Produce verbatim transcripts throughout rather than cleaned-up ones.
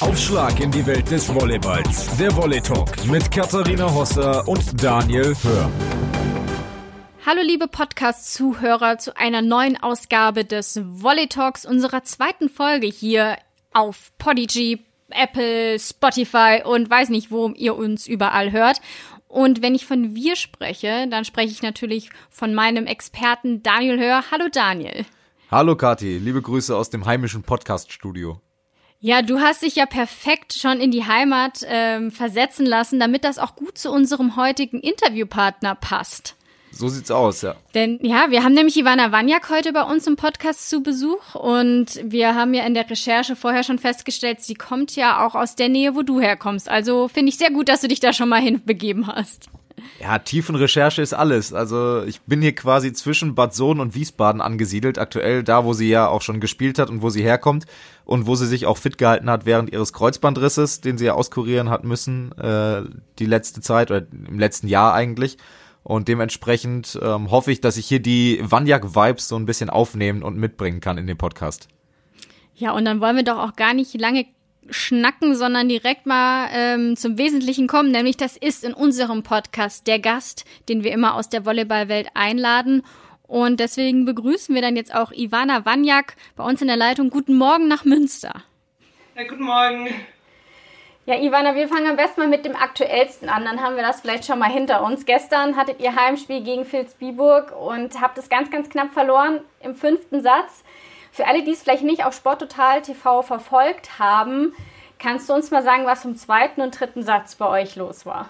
Aufschlag in die Welt des Volleyballs. Der Volley Talk mit Katharina Hosser und Daniel Hör. Hallo liebe Podcast-Zuhörer zu einer neuen Ausgabe des Volley Talks, unserer zweiten Folge hier auf Podigy, Apple, Spotify und weiß nicht, wo ihr uns überall hört. Und wenn ich von wir spreche, dann spreche ich natürlich von meinem Experten Daniel Hör. Hallo Daniel. Hallo Kathi, liebe Grüße aus dem heimischen Podcast-Studio. Ja, du hast dich ja perfekt schon in die Heimat ähm, versetzen lassen, damit das auch gut zu unserem heutigen Interviewpartner passt. So sieht's aus, ja. Denn ja, wir haben nämlich Ivana Wanjak heute bei uns im Podcast zu Besuch und wir haben ja in der Recherche vorher schon festgestellt, sie kommt ja auch aus der Nähe, wo du herkommst. Also finde ich sehr gut, dass du dich da schon mal hinbegeben hast. Ja, Tiefenrecherche ist alles. Also ich bin hier quasi zwischen Bad Sohn und Wiesbaden angesiedelt, aktuell da, wo sie ja auch schon gespielt hat und wo sie herkommt und wo sie sich auch fit gehalten hat während ihres Kreuzbandrisses, den sie ja auskurieren hat müssen, äh, die letzte Zeit oder im letzten Jahr eigentlich. Und dementsprechend ähm, hoffe ich, dass ich hier die Wanjak-Vibes so ein bisschen aufnehmen und mitbringen kann in den Podcast. Ja, und dann wollen wir doch auch gar nicht lange schnacken, sondern direkt mal ähm, zum Wesentlichen kommen, nämlich das ist in unserem Podcast der Gast, den wir immer aus der Volleyballwelt einladen. Und deswegen begrüßen wir dann jetzt auch Ivana Wanjak bei uns in der Leitung. Guten Morgen nach Münster. Ja, guten Morgen. Ja, Ivana, wir fangen am besten mal mit dem Aktuellsten an, dann haben wir das vielleicht schon mal hinter uns. Gestern hattet ihr Heimspiel gegen Vilsbiburg und habt es ganz, ganz knapp verloren im fünften Satz. Für alle, die es vielleicht nicht auf Sporttotal T V verfolgt haben, kannst du uns mal sagen, was im zweiten und dritten Satz bei euch los war?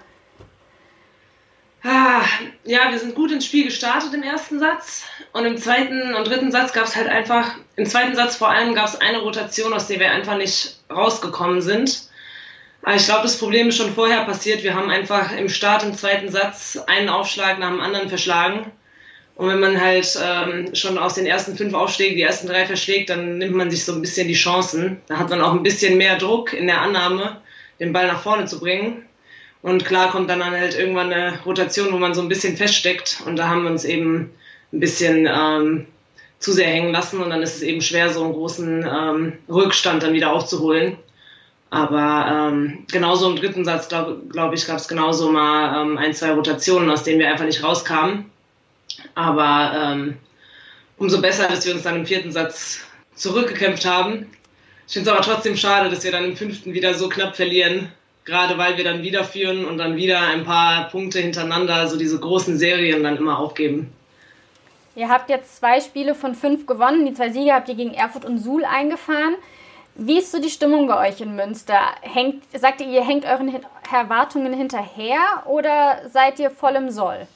Ah, ja, wir sind gut ins Spiel gestartet im ersten Satz und im zweiten und dritten Satz gab es halt einfach, im zweiten Satz vor allem gab es eine Rotation, aus der wir einfach nicht rausgekommen sind. Aber ich glaube, das Problem ist schon vorher passiert. Wir haben einfach im Start im zweiten Satz einen Aufschlag nach dem anderen verschlagen. Und wenn man halt ähm, schon aus den ersten fünf Aufschlägen die ersten drei verschlägt, dann nimmt man sich so ein bisschen die Chancen. Da hat man auch ein bisschen mehr Druck in der Annahme, den Ball nach vorne zu bringen. Und klar kommt dann halt irgendwann eine Rotation, wo man so ein bisschen feststeckt. Und da haben wir uns eben ein bisschen ähm, zu sehr hängen lassen. Und dann ist es eben schwer, so einen großen ähm, Rückstand dann wieder aufzuholen. Aber ähm, genauso im dritten Satz, glaube glaub ich, gab es genauso mal ähm, ein, zwei Rotationen, aus denen wir einfach nicht rauskamen. Aber ähm, umso besser, dass wir uns dann im vierten Satz zurückgekämpft haben. Ich finde es aber trotzdem schade, dass wir dann im fünften wieder so knapp verlieren. Gerade weil wir dann wieder führen und dann wieder ein paar Punkte hintereinander, so diese großen Serien dann immer aufgeben. Ihr habt jetzt zwei Spiele von fünf gewonnen. Die zwei Siege habt ihr gegen Erfurt und Suhl eingefahren. Wie ist so die Stimmung bei euch in Münster? Hängt, sagt ihr, ihr hängt euren Erwartungen hinterher oder seid ihr voll im Soll?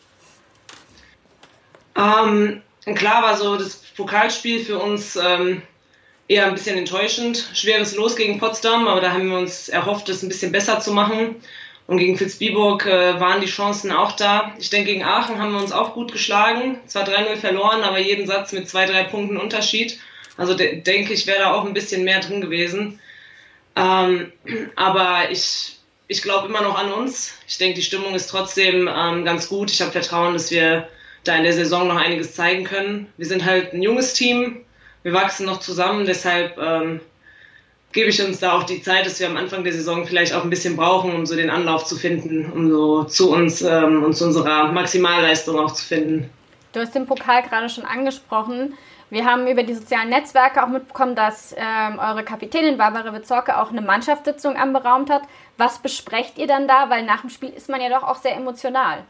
Ähm, klar war so das Pokalspiel für uns ähm, eher ein bisschen enttäuschend. Schweres Los gegen Potsdam, aber da haben wir uns erhofft, es ein bisschen besser zu machen. Und gegen Vilsbiburg äh, waren die Chancen auch da. Ich denke, gegen Aachen haben wir uns auch gut geschlagen. Zwar drei null verloren, aber jeden Satz mit zwei, drei Punkten Unterschied. Also de- denke ich, wäre da auch ein bisschen mehr drin gewesen. Ähm, aber ich, ich glaube immer noch an uns. Ich denke, die Stimmung ist trotzdem ähm, ganz gut. Ich habe Vertrauen, dass wir da in der Saison noch einiges zeigen können. Wir sind halt ein junges Team. Wir wachsen noch zusammen. Deshalb ähm, gebe ich uns da auch die Zeit, dass wir am Anfang der Saison vielleicht auch ein bisschen brauchen, um so den Anlauf zu finden, um so zu uns ähm, und zu unserer Maximalleistung auch zu finden. Du hast den Pokal gerade schon angesprochen. Wir haben über die sozialen Netzwerke auch mitbekommen, dass ähm, eure Kapitänin Barbara Witzorke auch eine Mannschaftssitzung anberaumt hat. Was besprecht ihr dann da? Weil nach dem Spiel ist man ja doch auch sehr emotional.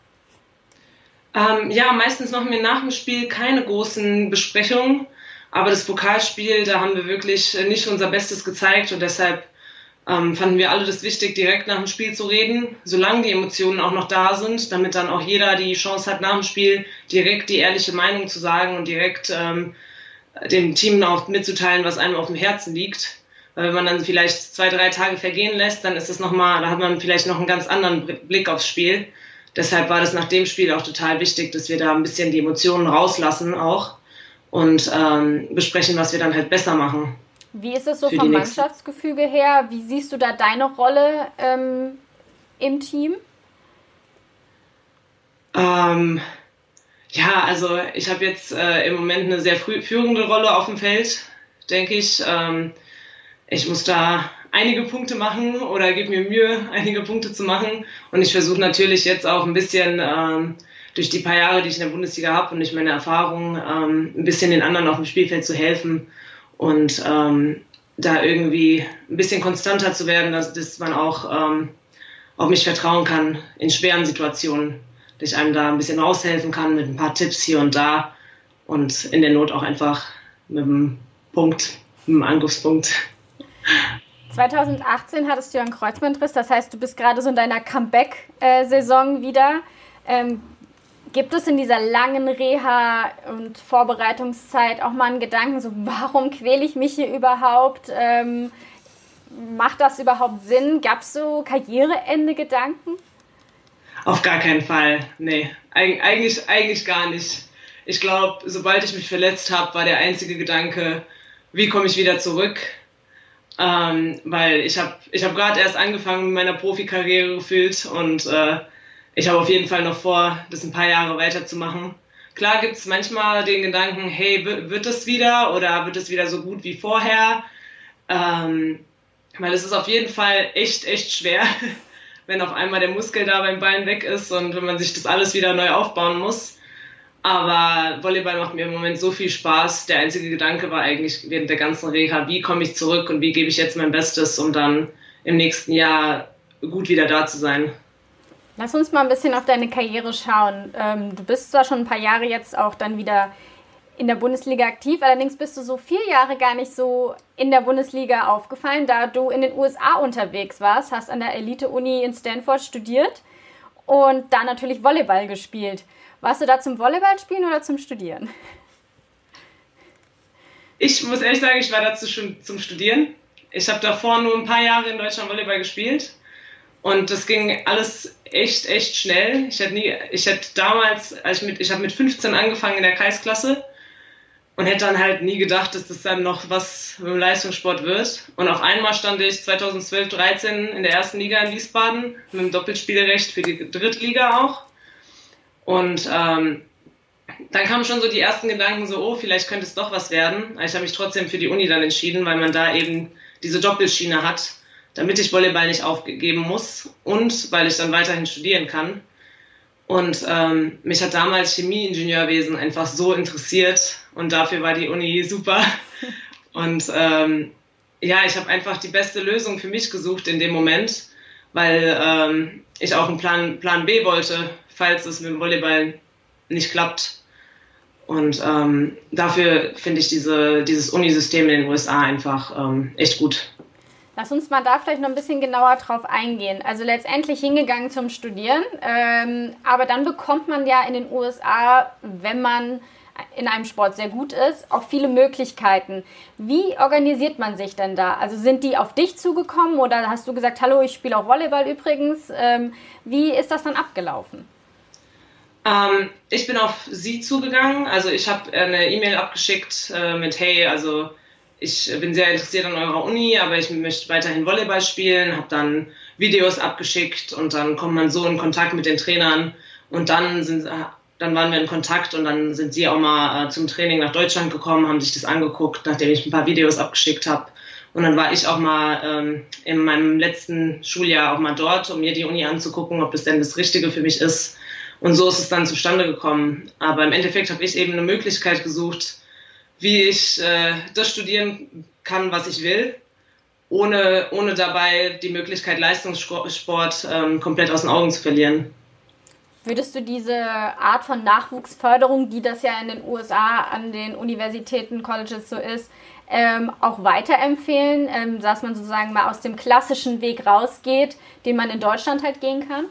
Ähm, ja, meistens machen wir nach dem Spiel keine großen Besprechungen. Aber das Pokalspiel, da haben wir wirklich nicht unser Bestes gezeigt. Und deshalb ähm, fanden wir alle das wichtig, direkt nach dem Spiel zu reden, solange die Emotionen auch noch da sind, damit dann auch jeder die Chance hat, nach dem Spiel direkt die ehrliche Meinung zu sagen und direkt ähm, dem Team auch mitzuteilen, was einem auf dem Herzen liegt. Weil wenn man dann vielleicht zwei, drei Tage vergehen lässt, dann ist es noch mal, da hat man vielleicht noch einen ganz anderen Blick aufs Spiel. Deshalb war das nach dem Spiel auch total wichtig, dass wir da ein bisschen die Emotionen rauslassen auch und ähm, besprechen, was wir dann halt besser machen. Wie ist es so vom Mannschaftsgefüge her? Wie siehst du da deine Rolle ähm, im Team? Ähm, ja, also ich habe jetzt äh, im Moment eine sehr früh führende Rolle auf dem Feld, denke ich. Ähm, ich muss da einige Punkte machen oder gebe mir Mühe, einige Punkte zu machen. Und ich versuche natürlich jetzt auch ein bisschen ähm, durch die paar Jahre, die ich in der Bundesliga habe und durch meine Erfahrung, ähm, ein bisschen den anderen auf dem Spielfeld zu helfen und ähm, da irgendwie ein bisschen konstanter zu werden, dass, dass man auch ähm, auf mich vertrauen kann in schweren Situationen, dass ich einem da ein bisschen raushelfen kann mit ein paar Tipps hier und da und in der Not auch einfach mit einem Punkt, mit einem Angriffspunkt. zwanzig achtzehn hattest du ja einen Kreuzbandriss, das heißt, du bist gerade so in deiner Comeback-Saison wieder. Ähm, gibt es in dieser langen Reha- und Vorbereitungszeit auch mal einen Gedanken, so warum quäle ich mich hier überhaupt? Ähm, macht das überhaupt Sinn? Gab es so Karriereende-Gedanken? Auf gar keinen Fall, nee. Eig- eigentlich, eigentlich gar nicht. Ich glaube, sobald ich mich verletzt habe, war der einzige Gedanke, wie komme ich wieder zurück? Ähm, weil ich habe ich hab gerade erst angefangen mit meiner Profikarriere gefühlt und äh, ich habe auf jeden Fall noch vor, das ein paar Jahre weiterzumachen. Klar gibt es manchmal den Gedanken, hey, w- wird es wieder oder wird es wieder so gut wie vorher? Ähm, weil es ist auf jeden Fall echt, echt schwer, wenn auf einmal der Muskel da beim Bein weg ist und wenn man sich das alles wieder neu aufbauen muss. Aber Volleyball macht mir im Moment so viel Spaß. Der einzige Gedanke war eigentlich während der ganzen Reha, wie komme ich zurück und wie gebe ich jetzt mein Bestes, um dann im nächsten Jahr gut wieder da zu sein. Lass uns mal ein bisschen auf deine Karriere schauen. Ähm, du bist zwar schon ein paar Jahre jetzt auch dann wieder in der Bundesliga aktiv, allerdings bist du so vier Jahre gar nicht so in der Bundesliga aufgefallen, da du in den U S A unterwegs warst, hast an der Elite-Uni in Stanford studiert und da natürlich Volleyball gespielt. Warst du da zum Volleyball spielen oder zum Studieren? Ich muss ehrlich sagen, ich war dazu schon zum Studieren. Ich habe davor nur ein paar Jahre in Deutschland Volleyball gespielt und das ging alles echt, echt schnell. Ich hätte nie, ich hätte damals, als ich mit, ich habe mit fünfzehn angefangen in der Kreisklasse und hätte dann halt nie gedacht, dass das dann noch was mit dem Leistungssport wird. Und auf einmal stand ich zweitausendzwölf dreizehn in der ersten Liga in Wiesbaden mit dem Doppelspielrecht für die Drittliga auch. Und ähm, dann kamen schon so die ersten Gedanken so, oh, vielleicht könnte es doch was werden. Ich habe mich trotzdem für die Uni dann entschieden, weil man da eben diese Doppelschiene hat, damit ich Volleyball nicht aufgeben muss und weil ich dann weiterhin studieren kann. Und ähm, mich hat damals Chemieingenieurwesen einfach so interessiert und dafür war die Uni super. Und ähm, ja, ich habe einfach die beste Lösung für mich gesucht in dem Moment, weil ähm, ich auch einen Plan, Plan B wollte, falls es mit dem Volleyball nicht klappt. Und ähm, dafür finde ich diese, dieses Unisystem in den U S A einfach ähm, echt gut. Lass uns mal da vielleicht noch ein bisschen genauer drauf eingehen. Also letztendlich hingegangen zum Studieren, ähm, aber dann bekommt man ja in den U S A, wenn man in einem Sport sehr gut ist, auch viele Möglichkeiten. Wie organisiert man sich denn da? Also sind die auf dich zugekommen oder hast du gesagt, hallo, ich spiele auch Volleyball übrigens? Ähm, wie ist das dann abgelaufen? Ähm, ich bin auf sie zugegangen. Also ich habe eine E-Mail abgeschickt äh, mit, hey, also ich bin sehr interessiert an eurer Uni, aber ich möchte weiterhin Volleyball spielen, habe dann Videos abgeschickt und dann kommt man so in Kontakt mit den Trainern und dann sind dann waren wir in Kontakt und dann sind sie auch mal äh, zum Training nach Deutschland gekommen, haben sich das angeguckt, nachdem ich ein paar Videos abgeschickt habe. Und dann war ich auch mal ähm, in meinem letzten Schuljahr auch mal dort, um mir die Uni anzugucken, ob das denn das Richtige für mich ist. Und so ist es dann zustande gekommen. Aber im Endeffekt habe ich eben eine Möglichkeit gesucht, wie ich äh, das studieren kann, was ich will, ohne, ohne dabei die Möglichkeit, Leistungssport ähm, komplett aus den Augen zu verlieren. Würdest du diese Art von Nachwuchsförderung, die das ja in den U S A an den Universitäten, Colleges so ist, ähm, auch weiterempfehlen, ähm, dass man sozusagen mal aus dem klassischen Weg rausgeht, den man in Deutschland halt gehen kann?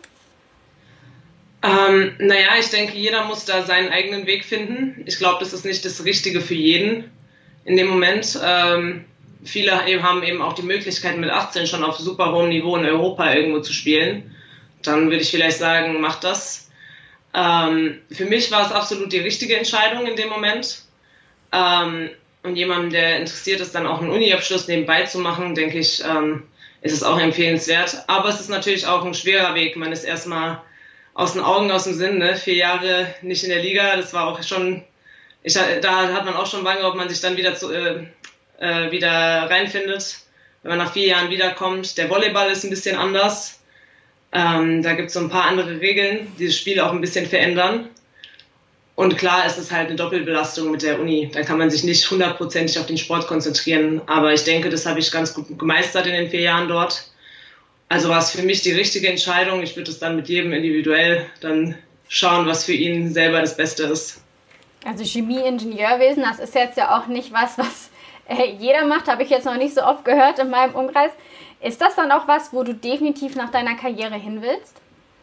Ähm, naja, ich denke, jeder muss da seinen eigenen Weg finden. Ich glaube, das ist nicht das Richtige für jeden in dem Moment. Ähm, viele haben eben auch die Möglichkeit, mit achtzehn schon auf super hohem Niveau in Europa irgendwo zu spielen. Dann würde ich vielleicht sagen, mach das. Ähm, für mich war es absolut die richtige Entscheidung in dem Moment. Ähm, und jemandem, der interessiert ist, dann auch einen Uni-Abschluss nebenbei zu machen, denke ich, ähm, ist es auch empfehlenswert. Aber es ist natürlich auch ein schwerer Weg. Man ist erstmal aus den Augen, aus dem Sinn, ne? Vier Jahre nicht in der Liga, das war auch schon, ich, da hat man auch schon Bange, ob man sich dann wieder, zu, äh, äh, wieder reinfindet. wenn man nach vier Jahren wiederkommt. Der Volleyball ist ein bisschen anders. Ähm, da gibt es so ein paar andere Regeln, die das Spiel auch ein bisschen verändern. Und klar ist es halt eine Doppelbelastung mit der Uni. Da kann man sich nicht hundertprozentig auf den Sport konzentrieren. Aber ich denke, das habe ich ganz gut gemeistert in den vier Jahren dort. Also war es für mich die richtige Entscheidung. Ich würde es dann mit jedem individuell dann schauen, was für ihn selber das Beste ist. Also Chemie-Ingenieurwesen, das ist jetzt ja auch nicht was, was äh, jeder macht. Habe ich jetzt noch nicht so oft gehört in meinem Umkreis. Ist das dann auch was, wo du definitiv nach deiner Karriere hin willst?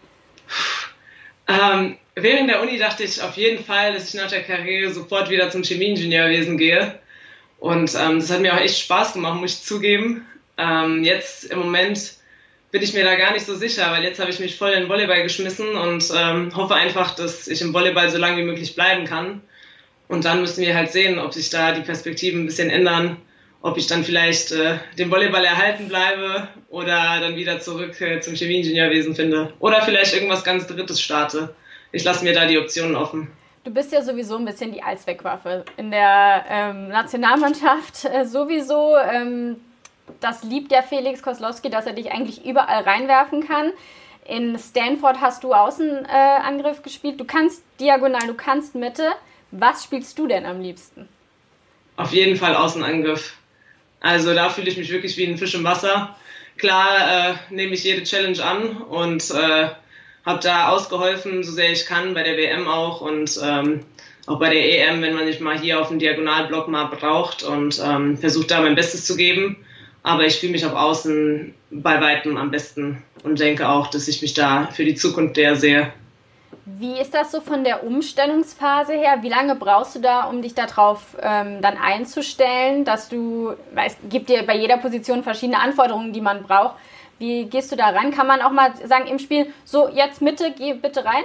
Ähm, während der Uni dachte ich auf jeden Fall, dass ich nach der Karriere sofort wieder zum Chemieingenieurwesen gehe. Und ähm, das hat mir auch echt Spaß gemacht, muss ich zugeben. Ähm, jetzt im Moment bin ich mir da gar nicht so sicher, weil jetzt habe ich mich voll in den Volleyball geschmissen und ähm, hoffe einfach, dass ich im Volleyball so lange wie möglich bleiben kann. Und dann müssen wir halt sehen, ob sich da die Perspektiven ein bisschen ändern, ob ich dann vielleicht äh, den Volleyball erhalten bleibe oder dann wieder zurück äh, zum Chemieingenieurwesen finde. Oder vielleicht irgendwas ganz Drittes starte. Ich lasse mir da die Optionen offen. Du bist ja sowieso ein bisschen die Allzweckwaffe in der ähm, Nationalmannschaft äh, sowieso. Ähm, das liebt der Felix Koslowski, dass er dich eigentlich überall reinwerfen kann. In Stanford hast du Außenangriff äh, gespielt. Du kannst diagonal, du kannst Mitte. Was spielst du denn am liebsten? Auf jeden Fall Außenangriff. Also da fühle ich mich wirklich wie ein Fisch im Wasser. Klar äh, nehme ich jede Challenge an und äh, habe da ausgeholfen, so sehr ich kann, bei der W M auch und ähm, auch bei der E M, wenn man sich mal hier auf dem Diagonalblock mal braucht und ähm, versucht da mein Bestes zu geben. Aber ich fühle mich auf Außen bei Weitem am besten und denke auch, dass ich mich da für die Zukunft sehr sehe. Wie ist das so von der Umstellungsphase her? Wie lange brauchst du da, um dich darauf ähm, dann einzustellen, dass du, weil es gibt dir bei jeder Position verschiedene Anforderungen, die man braucht. Wie gehst du da ran? Kann man auch mal sagen im Spiel, so jetzt Mitte, geh bitte rein?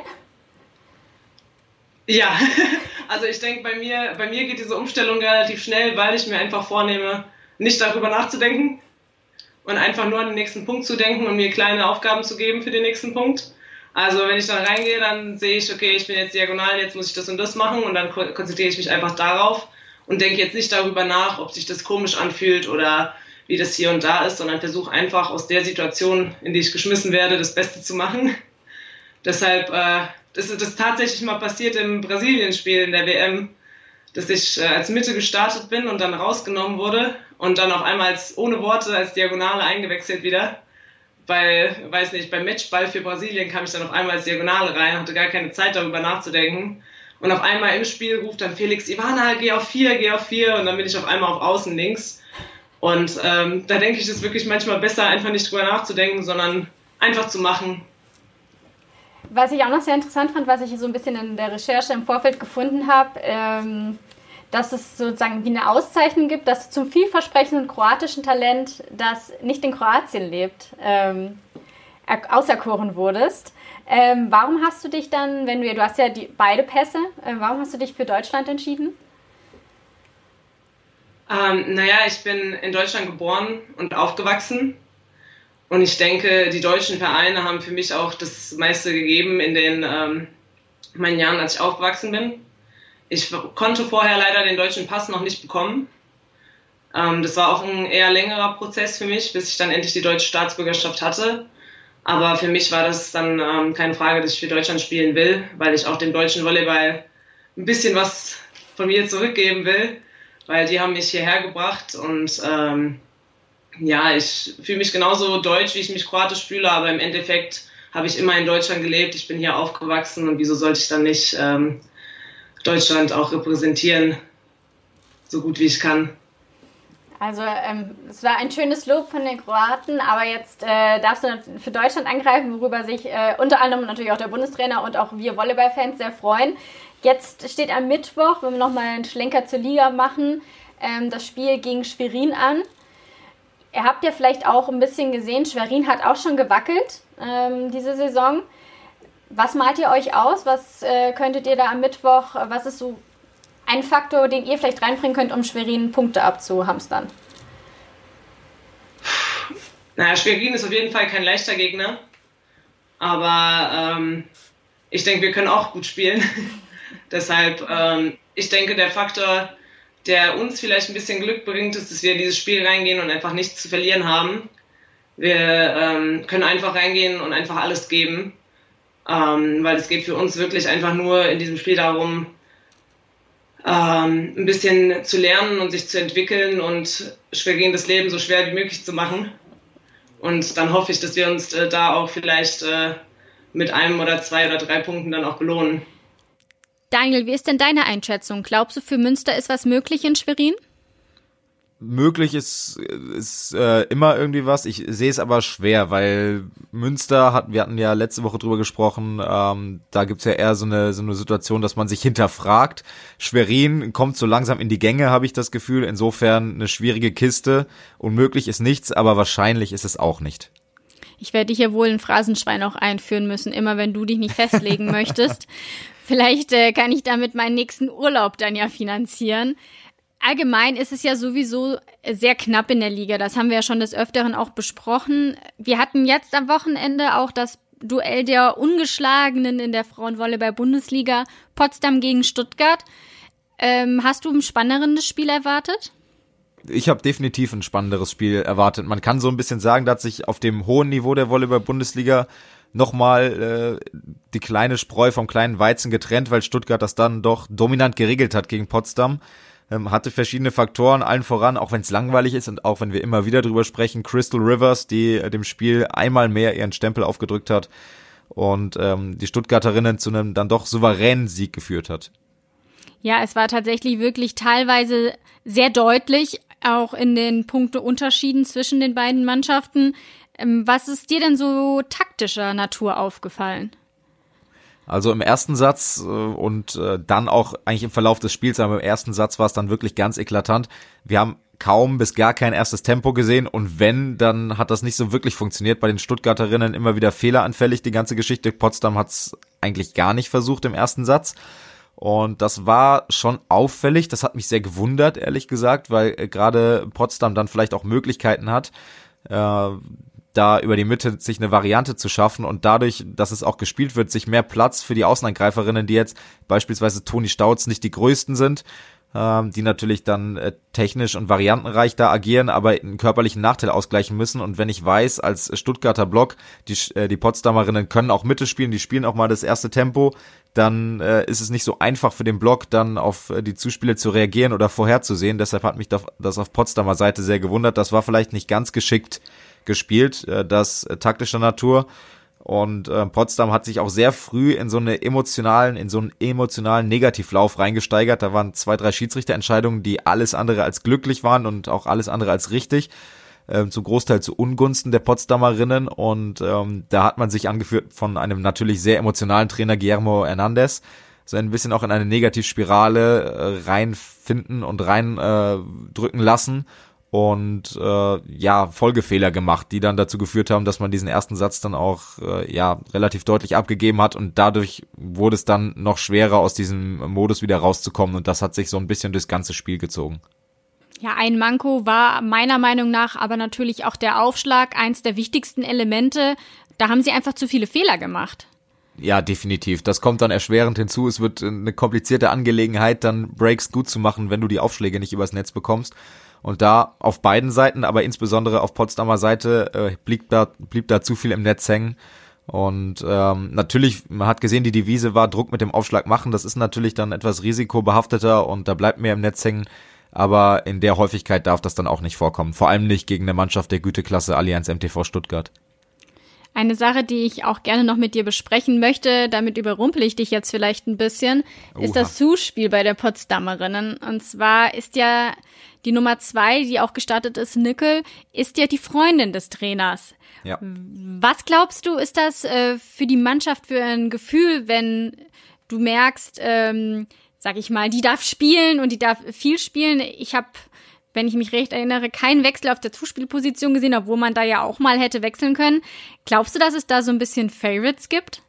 Ja, also ich denke, bei mir, bei mir geht diese Umstellung relativ schnell, weil ich mir einfach vornehme, nicht darüber nachzudenken und einfach nur an den nächsten Punkt zu denken und mir kleine Aufgaben zu geben für den nächsten Punkt. Also wenn ich dann reingehe, dann sehe ich, okay, ich bin jetzt diagonal, jetzt muss ich das und das machen und dann konzentriere ich mich einfach darauf und denke jetzt nicht darüber nach, ob sich das komisch anfühlt oder wie das hier und da ist, sondern versuche einfach aus der Situation, in die ich geschmissen werde, das Beste zu machen. Deshalb, äh, das ist das tatsächlich mal passiert im Brasilien-Spiel in der W M, dass ich äh, als Mitte gestartet bin und dann rausgenommen wurde und dann auf einmal als, ohne Worte als Diagonale eingewechselt wieder. Bei, weiß nicht, beim Matchball für Brasilien kam ich dann auf einmal als Diagonale rein, hatte gar keine Zeit darüber nachzudenken. Und auf einmal im Spiel ruft dann Felix, Ivana, geh auf vier, geh auf vier. Und dann bin ich auf einmal auf Außen links. Und ähm, da denke ich, es ist wirklich manchmal besser, einfach nicht drüber nachzudenken, sondern einfach zu machen. Was ich auch noch sehr interessant fand, was ich so ein bisschen in der Recherche im Vorfeld gefunden habe, ähm, dass es sozusagen wie eine Auszeichnung gibt, dass du zum vielversprechenden kroatischen Talent, das nicht in Kroatien lebt, ähm, auserkoren wurdest. Ähm, warum hast du dich dann, wenn du, du hast ja die, beide Pässe, äh, warum hast du dich für Deutschland entschieden? Ähm, naja, ich bin in Deutschland geboren und aufgewachsen. Und ich denke, die deutschen Vereine haben für mich auch das meiste gegeben in den ähm, meinen Jahren, als ich aufgewachsen bin. Ich konnte vorher leider den deutschen Pass noch nicht bekommen. Ähm, das war auch ein eher längerer Prozess für mich, bis ich dann endlich die deutsche Staatsbürgerschaft hatte. Aber für mich war das dann ähm, keine Frage, dass ich für Deutschland spielen will, weil ich auch dem deutschen Volleyball ein bisschen was von mir zurückgeben will, weil die haben mich hierher gebracht und ähm, ja, ich fühle mich genauso deutsch, wie ich mich kroatisch fühle, aber im Endeffekt habe ich immer in Deutschland gelebt, ich bin hier aufgewachsen und wieso sollte ich dann nicht ähm, Deutschland auch repräsentieren, so gut wie ich kann. Also ähm, es war ein schönes Lob von den Kroaten, aber jetzt äh, darfst du für Deutschland angreifen, worüber sich äh, unter anderem natürlich auch der Bundestrainer und auch wir Volleyballfans sehr freuen. Jetzt steht am Mittwoch, wenn wir nochmal einen Schlenker zur Liga machen, ähm, das Spiel gegen Schwerin an. Ihr habt ja vielleicht auch ein bisschen gesehen, Schwerin hat auch schon gewackelt ähm, diese Saison. Was malt ihr euch aus? Was äh, könntet ihr da am Mittwoch, was ist so ein Faktor, den ihr vielleicht reinbringen könnt, um Schwerin Punkte abzuhamstern? Naja, Schwerin ist auf jeden Fall kein leichter Gegner. Aber ähm, ich denke, wir können auch gut spielen. Deshalb, ähm, ich denke, der Faktor, der uns vielleicht ein bisschen Glück bringt, ist, dass wir in dieses Spiel reingehen und einfach nichts zu verlieren haben. Wir ähm, können einfach reingehen und einfach alles geben, ähm, weil es geht für uns wirklich einfach nur in diesem Spiel darum, ähm, ein bisschen zu lernen und sich zu entwickeln und Schwerin das Leben so schwer wie möglich zu machen. Und dann hoffe ich, dass wir uns äh, da auch vielleicht äh, mit einem oder zwei oder drei Punkten dann auch belohnen. Daniel, wie ist denn deine Einschätzung? Glaubst du, für Münster ist was möglich in Schwerin? Möglich ist, ist äh, immer irgendwie was. Ich sehe es aber schwer, weil Münster hat, wir hatten ja letzte Woche drüber gesprochen, ähm, da gibt's ja eher so eine so eine Situation, dass man sich hinterfragt. Schwerin kommt so langsam in die Gänge, habe ich das Gefühl. Insofern eine schwierige Kiste. Unmöglich ist nichts, aber wahrscheinlich ist es auch nicht. Ich werde hier wohl ein Phrasenschwein auch einführen müssen, immer wenn du dich nicht festlegen möchtest. Vielleicht äh, kann ich damit meinen nächsten Urlaub dann ja finanzieren. Allgemein ist es ja sowieso sehr knapp in der Liga. Das haben wir ja schon des Öfteren auch besprochen. Wir hatten jetzt am Wochenende auch das Duell der Ungeschlagenen in der Frauenvolleyball-Bundesliga, Potsdam gegen Stuttgart. Ähm, hast du ein spannenderes Spiel erwartet? Ich habe definitiv ein spannenderes Spiel erwartet. Man kann so ein bisschen sagen, da hat sich auf dem hohen Niveau der Volleyball-Bundesliga nochmal äh, die kleine Spreu vom kleinen Weizen getrennt, weil Stuttgart das dann doch dominant geregelt hat gegen Potsdam. Ähm, hatte verschiedene Faktoren, allen voran, auch wenn es langweilig ist und auch wenn wir immer wieder drüber sprechen, Crystal Rivers, die äh, dem Spiel einmal mehr ihren Stempel aufgedrückt hat und ähm, die Stuttgarterinnen zu einem dann doch souveränen Sieg geführt hat. Ja, es war tatsächlich wirklich teilweise sehr deutlich, auch in den Punkteunterschieden zwischen den beiden Mannschaften. Ähm, was ist dir denn so taktischer Natur aufgefallen? Also im ersten Satz äh, und äh, dann auch eigentlich im Verlauf des Spiels, aber im ersten Satz war es dann wirklich ganz eklatant. Wir haben kaum bis gar kein erstes Tempo gesehen und wenn, dann hat das nicht so wirklich funktioniert. Bei den Stuttgarterinnen immer wieder fehleranfällig, die ganze Geschichte. Potsdam hat es eigentlich gar nicht versucht im ersten Satz. Und das war schon auffällig, das hat mich sehr gewundert, ehrlich gesagt, weil äh, gerade Potsdam dann vielleicht auch Möglichkeiten hat, äh, da über die Mitte sich eine Variante zu schaffen und dadurch, dass es auch gespielt wird, sich mehr Platz für die Außenangreiferinnen, die jetzt beispielsweise Toni Stauz nicht die größten sind, ähm, die natürlich dann äh, technisch und variantenreich da agieren, aber einen körperlichen Nachteil ausgleichen müssen. Und wenn ich weiß, als Stuttgarter Block, die, äh, die Potsdamerinnen können auch Mitte spielen, die spielen auch mal das erste Tempo, dann äh, ist es nicht so einfach für den Block, dann auf äh, die Zuspiele zu reagieren oder vorherzusehen. Deshalb hat mich das auf Potsdamer Seite sehr gewundert. Das war vielleicht nicht ganz geschickt gespielt, äh, das äh, taktischer Natur. Und äh, Potsdam hat sich auch sehr früh in so eine emotionalen, in so einen emotionalen Negativlauf reingesteigert. Da waren zwei, drei Schiedsrichterentscheidungen, die alles andere als glücklich waren und auch alles andere als richtig. Äh, zu Großteil zu Ungunsten der Potsdamerinnen. Und ähm, da hat man sich angeführt von einem natürlich sehr emotionalen Trainer Guillermo Hernandez, so ein bisschen auch in eine Negativspirale äh, reinfinden und rein äh, drücken lassen. Und äh, ja, Folgefehler gemacht, die dann dazu geführt haben, dass man diesen ersten Satz dann auch äh, ja relativ deutlich abgegeben hat und dadurch wurde es dann noch schwerer, aus diesem Modus wieder rauszukommen und das hat sich so ein bisschen durchs ganze Spiel gezogen. Ja, ein Manko war meiner Meinung nach aber natürlich auch der Aufschlag, eins der wichtigsten Elemente. Da haben sie einfach zu viele Fehler gemacht. Ja, definitiv. Das kommt dann erschwerend hinzu. Es wird eine komplizierte Angelegenheit, dann Breaks gut zu machen, wenn du die Aufschläge nicht übers Netz bekommst. Und da auf beiden Seiten, aber insbesondere auf Potsdamer Seite, äh, blieb da blieb da zu viel im Netz hängen. Und ähm, natürlich, man hat gesehen, die Devise war Druck mit dem Aufschlag machen. Das ist natürlich dann etwas risikobehafteter und da bleibt mehr im Netz hängen. Aber in der Häufigkeit darf das dann auch nicht vorkommen. Vor allem nicht gegen eine Mannschaft der Güteklasse Allianz M T V Stuttgart. Eine Sache, die ich auch gerne noch mit dir besprechen möchte, damit überrumpel ich dich jetzt vielleicht ein bisschen, Oha. ist das Zuspiel bei der Potsdamerinnen. Und zwar ist ja die Nummer zwei, die auch gestartet ist, Nickel, ist ja die Freundin des Trainers. Ja. Was glaubst du, ist das äh, für die Mannschaft für ein Gefühl, wenn du merkst, ähm, sag ich mal, die darf spielen und die darf viel spielen? Ich habe, wenn ich mich recht erinnere, keinen Wechsel auf der Zuspielposition gesehen, obwohl man da ja auch mal hätte wechseln können. Glaubst du, dass es da so ein bisschen Favorites gibt?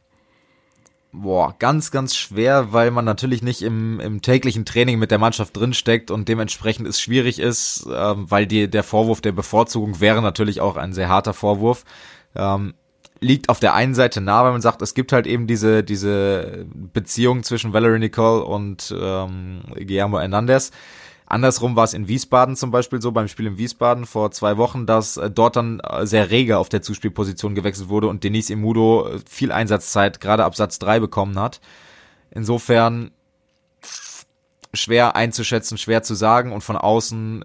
Boah, ganz, ganz schwer, weil man natürlich nicht im, im täglichen Training mit der Mannschaft drinsteckt und dementsprechend es schwierig ist, ähm, weil die, der Vorwurf der Bevorzugung wäre natürlich auch ein sehr harter Vorwurf. Ähm, liegt auf der einen Seite nah, weil man sagt, es gibt halt eben diese diese Beziehung zwischen Valerie Nicole und ähm, Guillermo Hernandez. Andersrum war es in Wiesbaden zum Beispiel so, beim Spiel in Wiesbaden vor zwei Wochen, dass äh, dort dann sehr rege auf der Zuspielposition gewechselt wurde und Denis Imudo viel Einsatzzeit gerade ab Satz drei bekommen hat. Insofern schwer einzuschätzen, schwer zu sagen und von außen,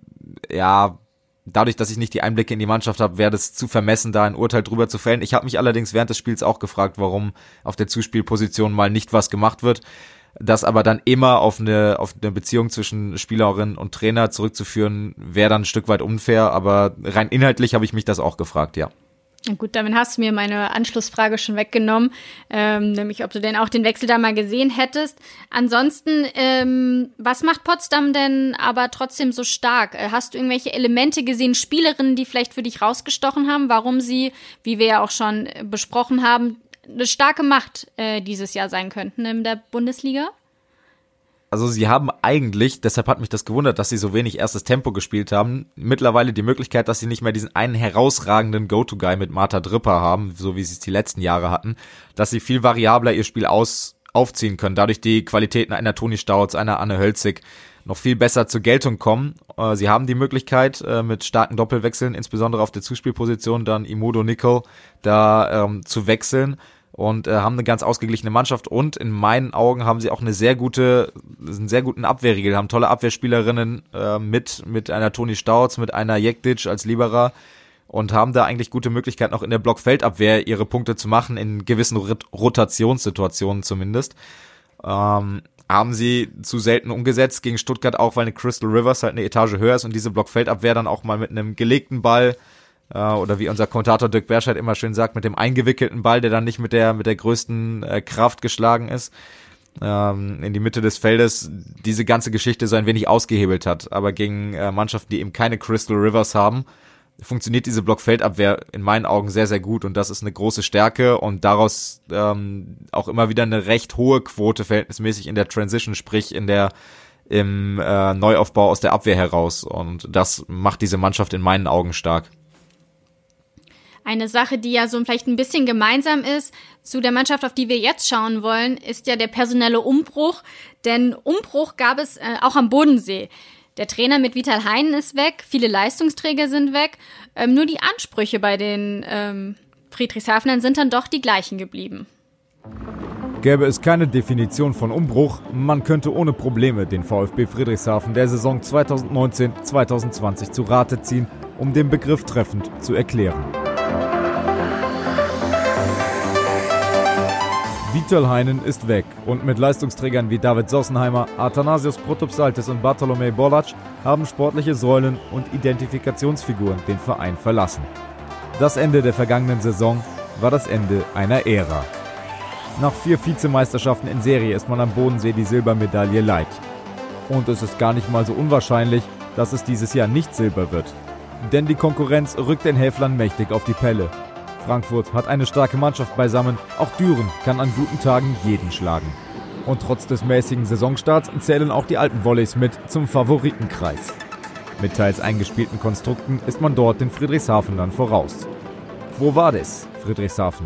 ja, dadurch, dass ich nicht die Einblicke in die Mannschaft habe, wäre das zu vermessen, da ein Urteil drüber zu fällen. Ich habe mich allerdings während des Spiels auch gefragt, warum auf der Zuspielposition mal nicht was gemacht wird. Das aber dann immer auf eine, auf eine Beziehung zwischen Spielerin und Trainer zurückzuführen, wäre dann ein Stück weit unfair, aber rein inhaltlich habe ich mich das auch gefragt, ja. Gut, damit hast du mir meine Anschlussfrage schon weggenommen, ähm, nämlich ob du denn auch den Wechsel da mal gesehen hättest. Ansonsten, ähm, was macht Potsdam denn aber trotzdem so stark? Hast du irgendwelche Elemente gesehen, Spielerinnen, die vielleicht für dich rausgestochen haben, warum sie, wie wir ja auch schon besprochen haben, eine starke Macht äh, dieses Jahr sein könnten in der Bundesliga? Also sie haben eigentlich, deshalb hat mich das gewundert, dass sie so wenig erstes Tempo gespielt haben, mittlerweile die Möglichkeit, dass sie nicht mehr diesen einen herausragenden Go-To-Guy mit Marta Dripper haben, so wie sie es die letzten Jahre hatten, dass sie viel variabler ihr Spiel aus, aufziehen können, dadurch die Qualitäten einer Toni Stautz, einer Anne Hölzig noch viel besser zur Geltung kommen. Sie haben die Möglichkeit, mit starken Doppelwechseln, insbesondere auf der Zuspielposition, dann Imudo Nicol da ähm, zu wechseln. Und äh, haben eine ganz ausgeglichene Mannschaft und in meinen Augen haben sie auch eine sehr gute, einen sehr guten Abwehrriegel, haben tolle Abwehrspielerinnen äh, mit mit einer Toni Stautz, mit einer Jektic als Libera und haben da eigentlich gute Möglichkeiten auch in der Blockfeldabwehr ihre Punkte zu machen, in gewissen Rot- Rotationssituationen zumindest. Ähm, haben sie zu selten umgesetzt gegen Stuttgart auch, weil eine Crystal Rivers halt eine Etage höher ist und diese Blockfeldabwehr dann auch mal mit einem gelegten Ball oder wie unser Kommentator Dirk Berscheid immer schön sagt, mit dem eingewickelten Ball, der dann nicht mit der mit der größten äh, Kraft geschlagen ist, ähm, in die Mitte des Feldes, diese ganze Geschichte so ein wenig ausgehebelt hat. Aber gegen äh, Mannschaften, die eben keine Crystal Rivers haben, funktioniert diese Blockfeldabwehr in meinen Augen sehr, sehr gut und das ist eine große Stärke und daraus ähm, auch immer wieder eine recht hohe Quote verhältnismäßig in der Transition, sprich in der im äh, Neuaufbau aus der Abwehr heraus und das macht diese Mannschaft in meinen Augen stark. Eine Sache, die ja so vielleicht ein bisschen gemeinsam ist zu der Mannschaft, auf die wir jetzt schauen wollen, ist ja der personelle Umbruch. Denn Umbruch gab es äh, auch am Bodensee. Der Trainer mit Vital Heinen ist weg, viele Leistungsträger sind weg. Ähm, nur die Ansprüche bei den ähm, Friedrichshafenern sind dann doch die gleichen geblieben. Gäbe es keine Definition von Umbruch, man könnte ohne Probleme den VfB Friedrichshafen der Saison zwanzig neunzehn zwanzig zwanzig zu Rate ziehen, um den Begriff treffend zu erklären. Vital Heinen ist weg und mit Leistungsträgern wie David Sossenheimer, Athanasios Protopsaltis und Bartolomej Bolac haben sportliche Säulen und Identifikationsfiguren den Verein verlassen. Das Ende der vergangenen Saison war das Ende einer Ära. Nach vier Vizemeisterschaften in Serie ist man am Bodensee die Silbermedaille leid. Und es ist gar nicht mal so unwahrscheinlich, dass es dieses Jahr nicht Silber wird. Denn die Konkurrenz rückt den Häflern mächtig auf die Pelle. Frankfurt hat eine starke Mannschaft beisammen, auch Düren kann an guten Tagen jeden schlagen. Und trotz des mäßigen Saisonstarts zählen auch die alten Volleys mit zum Favoritenkreis. Mit teils eingespielten Konstrukten ist man dort den Friedrichshafenern voraus. Wo war das, Friedrichshafen?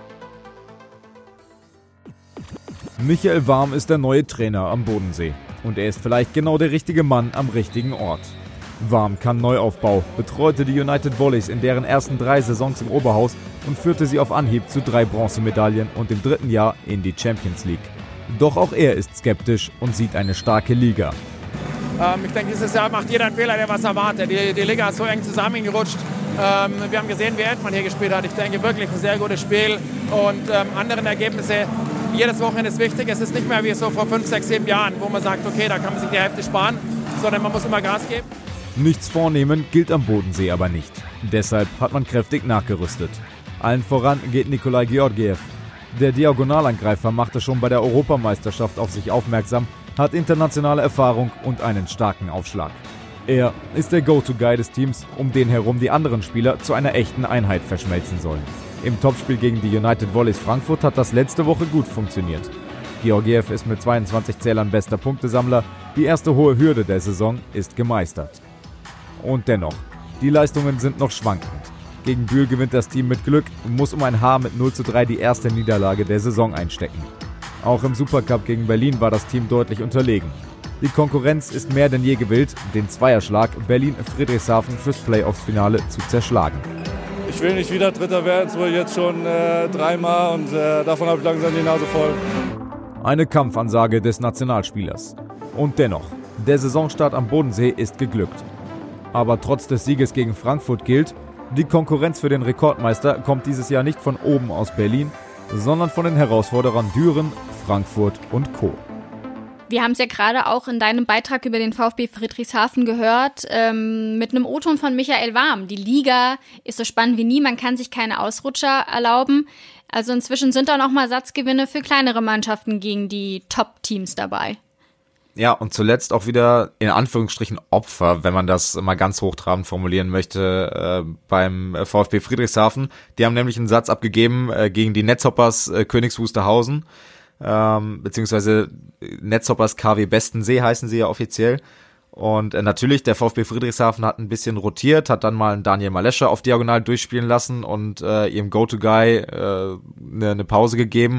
Michael Warm ist der neue Trainer am Bodensee. Und er ist vielleicht genau der richtige Mann am richtigen Ort. Warm kann Neuaufbau, betreute die United Volleys in deren ersten drei Saisons im Oberhaus und führte sie auf Anhieb zu drei Bronzemedaillen und im dritten Jahr in die Champions League. Doch auch er ist skeptisch und sieht eine starke Liga. Ähm, ich denke, dieses Jahr macht jeder einen Fehler, der was erwartet. Die, die Liga ist so eng zusammengerutscht. Ähm, wir haben gesehen, wie Edmund hier gespielt hat. Ich denke, wirklich ein sehr gutes Spiel und ähm, anderen Ergebnisse. Jedes Wochenende ist wichtig. Es ist nicht mehr wie so vor fünf, sechs, sieben Jahren, wo man sagt, okay, da kann man sich die Hälfte sparen, sondern man muss immer Gas geben. Nichts vornehmen gilt am Bodensee aber nicht. Deshalb hat man kräftig nachgerüstet. Allen voran geht Nikolai Georgiev. Der Diagonalangreifer machte schon bei der Europameisterschaft auf sich aufmerksam, hat internationale Erfahrung und einen starken Aufschlag. Er ist der Go-To-Guy des Teams, um den herum die anderen Spieler zu einer echten Einheit verschmelzen sollen. Im Topspiel gegen die United Volleys Frankfurt hat das letzte Woche gut funktioniert. Georgiev ist mit zweiundzwanzig Zählern bester Punktesammler. Die erste hohe Hürde der Saison ist gemeistert. Und dennoch, die Leistungen sind noch schwankend. Gegen Bühl gewinnt das Team mit Glück und muss um ein Haar mit null zu drei die erste Niederlage der Saison einstecken. Auch im Supercup gegen Berlin war das Team deutlich unterlegen. Die Konkurrenz ist mehr denn je gewillt, den Zweierschlag Berlin-Friedrichshafen fürs Playoffs-Finale zu zerschlagen. Ich will nicht wieder Dritter werden, das wurde jetzt schon äh, dreimal und äh, davon habe ich langsam die Nase voll. Eine Kampfansage des Nationalspielers. Und dennoch, der Saisonstart am Bodensee ist geglückt. Aber trotz des Sieges gegen Frankfurt gilt, die Konkurrenz für den Rekordmeister kommt dieses Jahr nicht von oben aus Berlin, sondern von den Herausforderern Düren, Frankfurt und Co. Wir haben es ja gerade auch in deinem Beitrag über den VfB Friedrichshafen gehört, ähm, mit einem O-Ton von Michael Warm. Die Liga ist so spannend wie nie, man kann sich keine Ausrutscher erlauben. Also inzwischen sind da noch mal Satzgewinne für kleinere Mannschaften gegen die Top-Teams dabei. Ja, und zuletzt auch wieder in Anführungsstrichen Opfer, wenn man das mal ganz hochtrabend formulieren möchte, äh, beim VfB Friedrichshafen. Die haben nämlich einen Satz abgegeben äh, gegen die Netzhoppers äh, Königs Wusterhausen. Ähm, beziehungsweise Netzhoppers K W Bestensee heißen sie ja offiziell. Und äh, natürlich, der VfB Friedrichshafen hat ein bisschen rotiert, hat dann mal einen Daniel Malescher auf Diagonal durchspielen lassen und äh, ihrem Go-To-Guy äh, eine, eine Pause gegeben.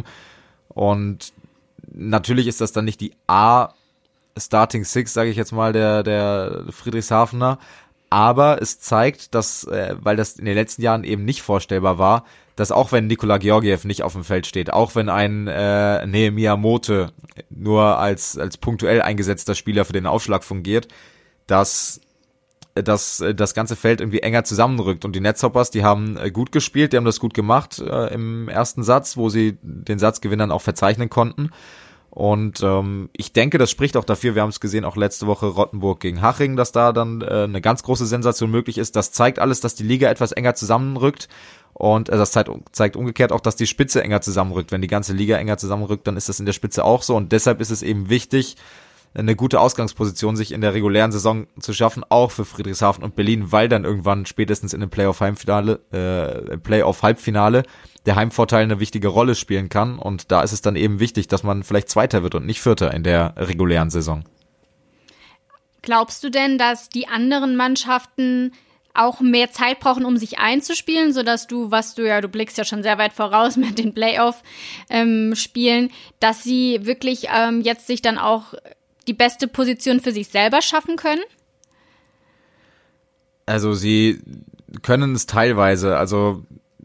Und natürlich ist das dann nicht die A-Starting Six, sage ich jetzt mal, der, der Friedrichshafener. Aber es zeigt, dass, äh, weil das in den letzten Jahren eben nicht vorstellbar war, dass auch wenn Nikola Georgiev nicht auf dem Feld steht, auch wenn ein äh, Nehemia Mote nur als als punktuell eingesetzter Spieler für den Aufschlag fungiert, dass dass das ganze Feld irgendwie enger zusammenrückt. Und die Netzhoppers, die haben gut gespielt, die haben das gut gemacht äh, im ersten Satz, wo sie den Satzgewinn dann auch verzeichnen konnten. Und ähm, ich denke, das spricht auch dafür, wir haben es gesehen, auch letzte Woche Rottenburg gegen Haching, dass da dann äh, eine ganz große Sensation möglich ist. Das zeigt alles, dass die Liga etwas enger zusammenrückt. Und äh, das zeigt, zeigt umgekehrt auch, dass die Spitze enger zusammenrückt. Wenn die ganze Liga enger zusammenrückt, dann ist das in der Spitze auch so. Und deshalb ist es eben wichtig, eine gute Ausgangsposition sich in der regulären Saison zu schaffen, auch für Friedrichshafen und Berlin, weil dann irgendwann spätestens in dem Playoff-Heimfinale, äh, Playoff-Halbfinale der Heimvorteil eine wichtige Rolle spielen kann. Und da ist es dann eben wichtig, dass man vielleicht Zweiter wird und nicht Vierter in der regulären Saison. Glaubst du denn, dass die anderen Mannschaften auch mehr Zeit brauchen, um sich einzuspielen, sodass du, was du ja, du blickst ja schon sehr weit voraus mit den Playoff-Spielen, ähm, dass sie wirklich ähm, jetzt sich dann auch die beste Position für sich selber schaffen können? Also sie können es teilweise, also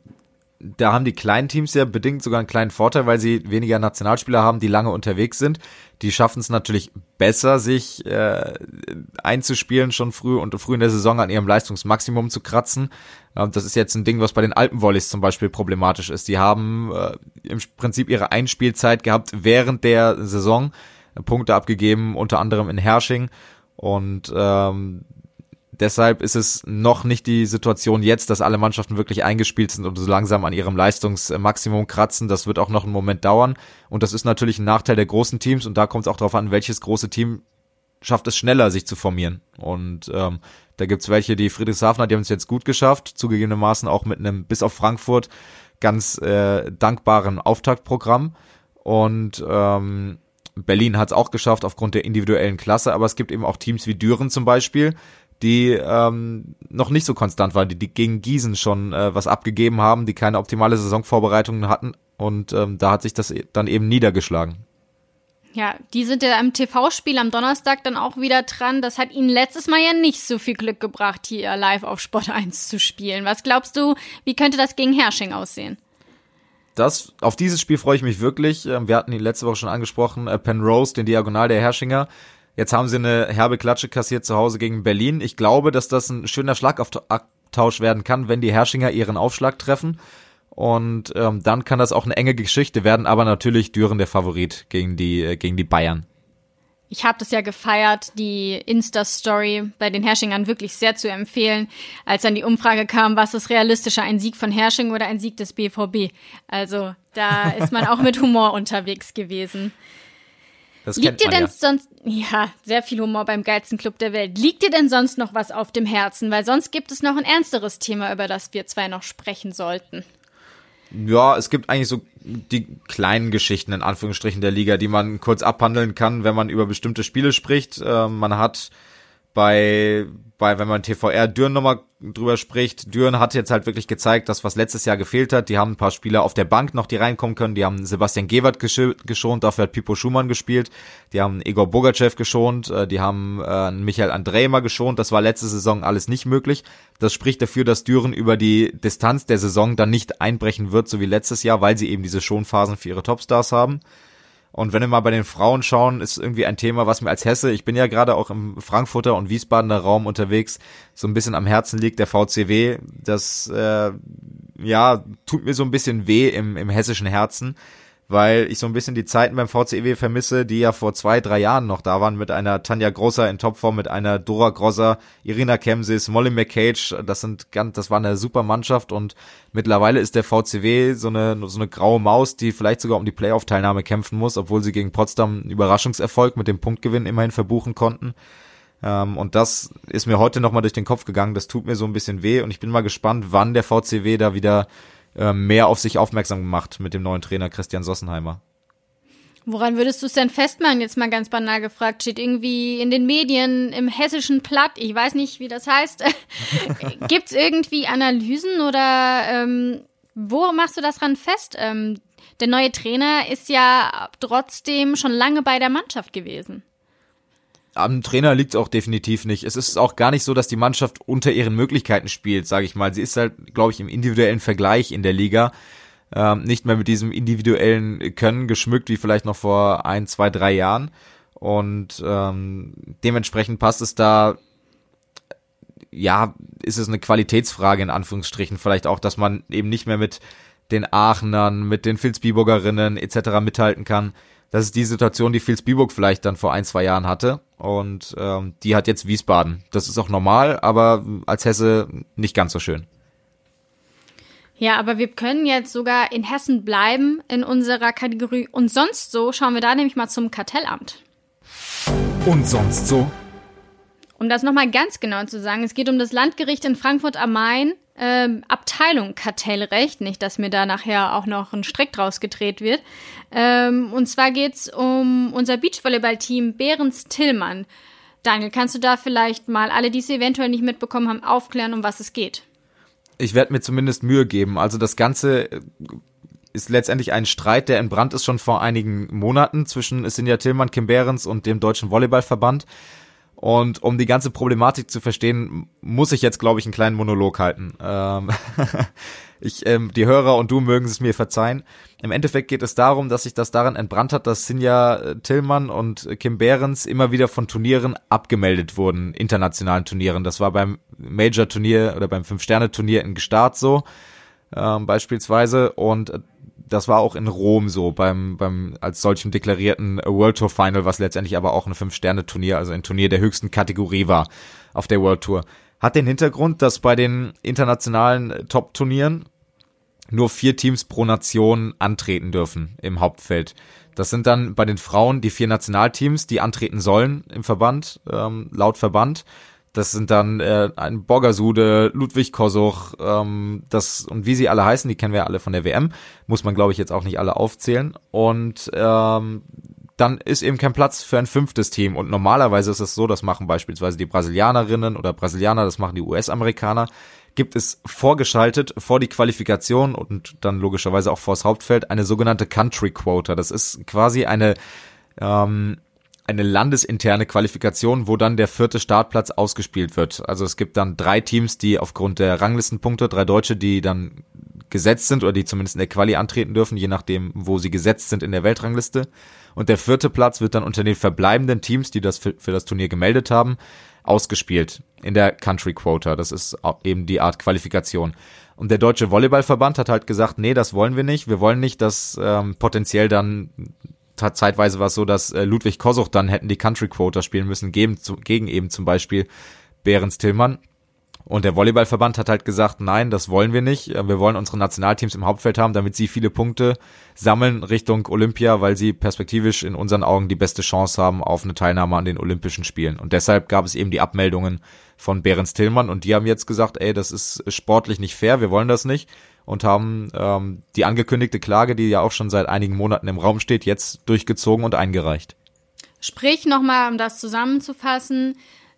da haben die kleinen Teams ja bedingt sogar einen kleinen Vorteil, weil sie weniger Nationalspieler haben, die lange unterwegs sind. Die schaffen es natürlich besser, sich äh, einzuspielen schon früh und früh in der Saison an ihrem Leistungsmaximum zu kratzen. Ähm, das ist jetzt ein Ding, was bei den Alpenvolleys zum Beispiel problematisch ist. Die haben äh, im Prinzip ihre Einspielzeit gehabt während der Saison, äh, Punkte abgegeben, unter anderem in Hersching. Und ähm, deshalb ist es noch nicht die Situation jetzt, dass alle Mannschaften wirklich eingespielt sind und so langsam an ihrem Leistungsmaximum kratzen. Das wird auch noch einen Moment dauern. Und das ist natürlich ein Nachteil der großen Teams. Und da kommt es auch darauf an, welches große Team schafft es schneller, sich zu formieren. Und ähm, da gibt's welche, die Friedrichshafener, die haben es jetzt gut geschafft. Zugegebenermaßen auch mit einem, bis auf Frankfurt, ganz äh, dankbaren Auftaktprogramm. Und ähm, Berlin hat es auch geschafft aufgrund der individuellen Klasse. Aber es gibt eben auch Teams wie Düren zum Beispiel, die ähm, noch nicht so konstant waren, die, die gegen Gießen schon äh, was abgegeben haben, die keine optimale Saisonvorbereitung hatten und ähm, da hat sich das dann eben niedergeschlagen. Ja, die sind ja im T V-Spiel am Donnerstag dann auch wieder dran. Das hat ihnen letztes Mal ja nicht so viel Glück gebracht, hier live auf Sport eins zu spielen. Was glaubst du, wie könnte das gegen Hersching aussehen? Das, auf dieses Spiel freue ich mich wirklich. Wir hatten ihn letzte Woche schon angesprochen, Penrose, den Diagonal der Herschinger. Jetzt haben sie eine herbe Klatsche kassiert zu Hause gegen Berlin. Ich glaube, dass das ein schöner Schlagabtausch werden kann, wenn die Herschinger ihren Aufschlag treffen. Und ähm, dann kann das auch eine enge Geschichte werden, aber natürlich Düren der Favorit gegen die, äh, gegen die Bayern. Ich habe das ja gefeiert, die Insta-Story bei den Herschingern wirklich sehr zu empfehlen, als dann die Umfrage kam, was ist realistischer, ein Sieg von Hersching oder ein Sieg des B V B. Also da ist man auch mit Humor unterwegs gewesen. Das Liegt dir denn ja. sonst, ja, sehr viel Humor beim geilsten Club der Welt. Liegt dir denn sonst noch was auf dem Herzen? Weil sonst gibt es noch ein ernsteres Thema, über das wir zwei noch sprechen sollten. Ja, es gibt eigentlich so die kleinen Geschichten in Anführungsstrichen der Liga, die man kurz abhandeln kann, wenn man über bestimmte Spiele spricht. Äh, man hat bei, bei, wenn man T V R Düren nochmal drüber spricht, Düren hat jetzt halt wirklich gezeigt, dass was letztes Jahr gefehlt hat. Die haben ein paar Spieler auf der Bank noch, die reinkommen können. Die haben Sebastian Gewert gesch- geschont, dafür hat Pipo Schumann gespielt. Die haben Egor Bogachev geschont, äh, die haben äh, Michael André mal geschont. Das war letzte Saison alles nicht möglich. Das spricht dafür, dass Düren über die Distanz der Saison dann nicht einbrechen wird, so wie letztes Jahr, weil sie eben diese Schonphasen für ihre Topstars haben. Und wenn wir mal bei den Frauen schauen, ist irgendwie ein Thema, was mir als Hesse, ich bin ja gerade auch im Frankfurter und Wiesbadener Raum unterwegs, so ein bisschen am Herzen liegt, der V C W. Das, äh, ja, tut mir so ein bisschen weh im, im hessischen Herzen, weil ich so ein bisschen die Zeiten beim V C W vermisse, die ja vor zwei, drei Jahren noch da waren, mit einer Tanja Grosser in Topform, mit einer Dora Grosser, Irina Kemsis, Molly McCage. Das sind ganz, das war eine super Mannschaft und mittlerweile ist der V C W so eine, so eine graue Maus, die vielleicht sogar um die Playoff-Teilnahme kämpfen muss, obwohl sie gegen Potsdam einen Überraschungserfolg mit dem Punktgewinn immerhin verbuchen konnten. Ähm, und das ist mir heute nochmal durch den Kopf gegangen. Das tut mir so ein bisschen weh und ich bin mal gespannt, wann der V C W da wieder mehr auf sich aufmerksam gemacht mit dem neuen Trainer Christian Sossenheimer. Woran würdest du es denn festmachen? Jetzt mal ganz banal gefragt. Steht irgendwie in den Medien, im hessischen Platt, ich weiß nicht, wie das heißt. Gibt es irgendwie Analysen oder ähm, wo machst du das dran fest? Ähm, der neue Trainer ist ja trotzdem schon lange bei der Mannschaft gewesen. Am Trainer liegt es auch definitiv nicht. Es ist auch gar nicht so, dass die Mannschaft unter ihren Möglichkeiten spielt, sage ich mal. Sie ist halt, glaube ich, im individuellen Vergleich in der Liga ähm, nicht mehr mit diesem individuellen Können geschmückt, wie vielleicht noch vor ein, zwei, drei Jahren. Und ähm, dementsprechend passt es da, ja, ist es eine Qualitätsfrage in Anführungsstrichen. Vielleicht auch, dass man eben nicht mehr mit den Aachenern, mit den Vilsbiburgerinnen et cetera mithalten kann. Das ist die Situation, die Vilsbiburg vielleicht dann vor ein, zwei Jahren hatte. Und ähm, die hat jetzt Wiesbaden. Das ist auch normal, aber als Hesse nicht ganz so schön. Ja, aber wir können jetzt sogar in Hessen bleiben in unserer Kategorie. Und sonst so schauen wir da nämlich mal zum Kartellamt. Und sonst so? Um das nochmal ganz genau zu sagen, es geht um das Landgericht in Frankfurt am Main, ähm, Abteilung Kartellrecht, nicht, dass mir da nachher auch noch ein Strick draus gedreht wird. Ähm, und zwar geht's um unser Beachvolleyball-Team Behrens-Tillmann. Daniel, kannst du da vielleicht mal alle, die es eventuell nicht mitbekommen haben, aufklären, um was es geht? Ich werde mir zumindest Mühe geben. Also das Ganze ist letztendlich ein Streit, der entbrannt ist schon vor einigen Monaten zwischen Sinja Tillmann, Kim Behrens und dem Deutschen Volleyballverband. Und um die ganze Problematik zu verstehen, muss ich jetzt, glaube ich, einen kleinen Monolog halten. Ähm ich, ähm, die Hörer und du mögen es mir verzeihen. Im Endeffekt geht es darum, dass sich das daran entbrannt hat, dass Sinja Tillmann und Kim Behrens immer wieder von Turnieren abgemeldet wurden, internationalen Turnieren. Das war beim Major-Turnier oder beim Fünf-Sterne-Turnier in Gstaad so, ähm, beispielsweise. Und das war auch in Rom so, beim beim als solchem deklarierten World Tour Final, was letztendlich aber auch ein Fünf-Sterne-Turnier, also ein Turnier der höchsten Kategorie war auf der World Tour. Hat den Hintergrund, dass bei den internationalen Top-Turnieren nur vier Teams pro Nation antreten dürfen im Hauptfeld. Das sind dann bei den Frauen die vier Nationalteams, die antreten sollen im Verband, ähm, laut Verband. Das sind dann äh, ein Borgersude, Ludwig Kosuch, ähm, das und wie sie alle heißen, die kennen wir ja alle von der W M, muss man glaube ich jetzt auch nicht alle aufzählen. Und ähm, dann ist eben kein Platz für ein fünftes Team. Und normalerweise ist es so, das machen beispielsweise die Brasilianerinnen oder Brasilianer, das machen die U S-Amerikaner, gibt es vorgeschaltet vor die Qualifikation und dann logischerweise auch vors Hauptfeld eine sogenannte Country Quota. Das ist quasi eine ähm, eine landesinterne Qualifikation, wo dann der vierte Startplatz ausgespielt wird. Also es gibt dann drei Teams, die aufgrund der Ranglistenpunkte, drei Deutsche, die dann gesetzt sind oder die zumindest in der Quali antreten dürfen, je nachdem, wo sie gesetzt sind in der Weltrangliste. Und der vierte Platz wird dann unter den verbleibenden Teams, die das für, für das Turnier gemeldet haben, ausgespielt in der Country Quota. Das ist eben die Art Qualifikation. Und der Deutsche Volleyballverband hat halt gesagt, nee, das wollen wir nicht. Wir wollen nicht, dass ähm, potenziell dann zeitweise war es so, dass äh, Ludwig Kosuch dann hätten die Country Quota spielen müssen, gegen, zu, gegen eben zum Beispiel Behrens Tillmann. Und der Volleyballverband hat halt gesagt, nein, das wollen wir nicht. Wir wollen unsere Nationalteams im Hauptfeld haben, damit sie viele Punkte sammeln Richtung Olympia, weil sie perspektivisch in unseren Augen die beste Chance haben auf eine Teilnahme an den Olympischen Spielen. Und deshalb gab es eben die Abmeldungen von Behrens Tillmann und die haben jetzt gesagt, ey, das ist sportlich nicht fair, wir wollen das nicht. Und haben ähm, die angekündigte Klage, die ja auch schon seit einigen Monaten im Raum steht, jetzt durchgezogen und eingereicht. Sprich nochmal, um das zusammenzufassen,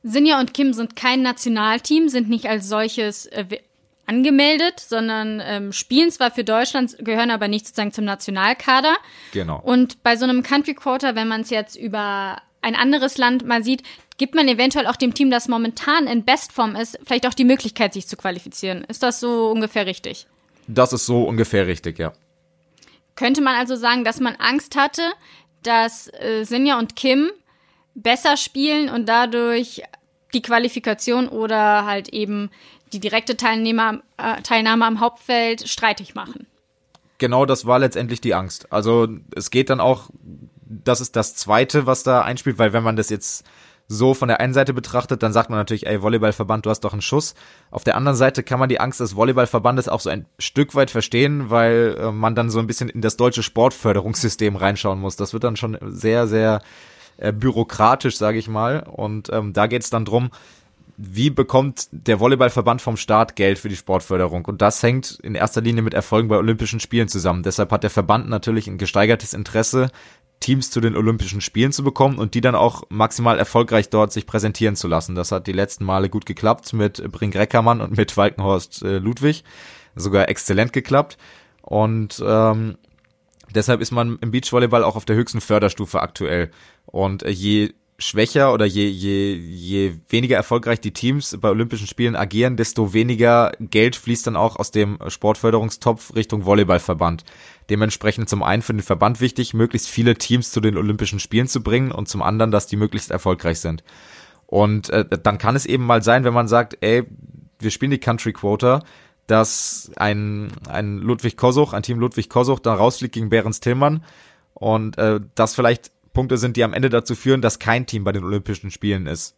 Sinja und Kim sind kein Nationalteam, sind nicht als solches äh, angemeldet, sondern ähm, spielen zwar für Deutschland, gehören aber nicht sozusagen zum Nationalkader. Genau. Und bei so einem Country Quota, wenn man es jetzt über ein anderes Land mal sieht, gibt man eventuell auch dem Team, das momentan in Bestform ist, vielleicht auch die Möglichkeit, sich zu qualifizieren. Ist das so ungefähr richtig? Das ist so ungefähr richtig, ja. Könnte man also sagen, dass man Angst hatte, dass äh, Sinja und Kim besser spielen und dadurch die Qualifikation oder halt eben die direkte Teilnehmer, äh, Teilnahme am Hauptfeld streitig machen? Genau, das war letztendlich die Angst. Also es geht dann auch, das ist das Zweite, was da einspielt, weil wenn man das jetzt so von der einen Seite betrachtet, dann sagt man natürlich, ey, Volleyballverband, du hast doch einen Schuss. Auf der anderen Seite kann man die Angst des Volleyballverbandes auch so ein Stück weit verstehen, weil äh, man dann so ein bisschen in das deutsche Sportförderungssystem reinschauen muss. Das wird dann schon sehr, sehr äh, bürokratisch, sage ich mal. Und ähm, da geht es dann drum, wie bekommt der Volleyballverband vom Staat Geld für die Sportförderung? Und das hängt in erster Linie mit Erfolgen bei Olympischen Spielen zusammen. Deshalb hat der Verband natürlich ein gesteigertes Interesse, Teams zu den Olympischen Spielen zu bekommen und die dann auch maximal erfolgreich dort sich präsentieren zu lassen. Das hat die letzten Male gut geklappt mit Brink Reckermann und mit Walkenhorst äh, Ludwig. Sogar exzellent geklappt. Und ähm, deshalb ist man im Beachvolleyball auch auf der höchsten Förderstufe aktuell. Und äh, je schwächer oder je, je, je weniger erfolgreich die Teams bei Olympischen Spielen agieren, desto weniger Geld fließt dann auch aus dem Sportförderungstopf Richtung Volleyballverband. Dementsprechend zum einen für den Verband wichtig, möglichst viele Teams zu den Olympischen Spielen zu bringen und zum anderen, dass die möglichst erfolgreich sind. Und äh, dann kann es eben mal sein, wenn man sagt, ey, wir spielen die Country Quota, dass ein, ein Ludwig Kosuch, ein Team Ludwig Kosuch da rausfliegt gegen Behrens Tillmann und äh, das vielleicht Punkte sind, die am Ende dazu führen, dass kein Team bei den Olympischen Spielen ist.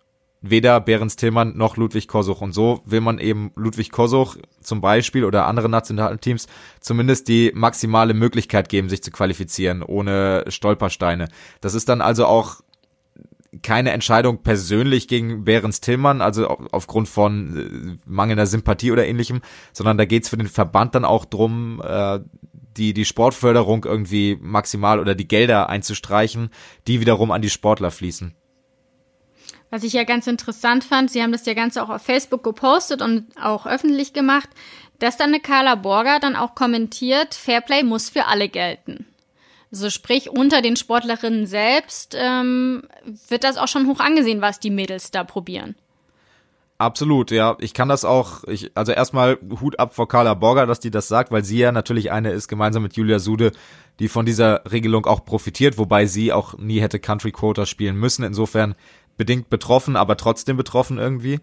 Weder Behrens Tillmann noch Ludwig Kosuch. Und so will man eben Ludwig Kosuch zum Beispiel oder anderen nationalen Teams zumindest die maximale Möglichkeit geben, sich zu qualifizieren, ohne Stolpersteine. Das ist dann also auch keine Entscheidung persönlich gegen Behrens Tillmann, also aufgrund von mangelnder Sympathie oder ähnlichem, sondern da geht's für den Verband dann auch drum, äh, die die Sportförderung irgendwie maximal oder die Gelder einzustreichen, die wiederum an die Sportler fließen. Was ich ja ganz interessant fand, Sie haben das ja Ganze auch auf Facebook gepostet und auch öffentlich gemacht, dass dann eine Carla Borger dann auch kommentiert, Fairplay muss für alle gelten. Also sprich, unter den Sportlerinnen selbst ähm, wird das auch schon hoch angesehen, was die Mädels da probieren. Absolut, ja. Ich kann das auch, ich, also erstmal Hut ab vor Carla Borger, dass die das sagt, weil sie ja natürlich eine ist, gemeinsam mit Julia Sude, die von dieser Regelung auch profitiert, wobei sie auch nie hätte Country Quota spielen müssen. Insofern bedingt betroffen, aber trotzdem betroffen irgendwie.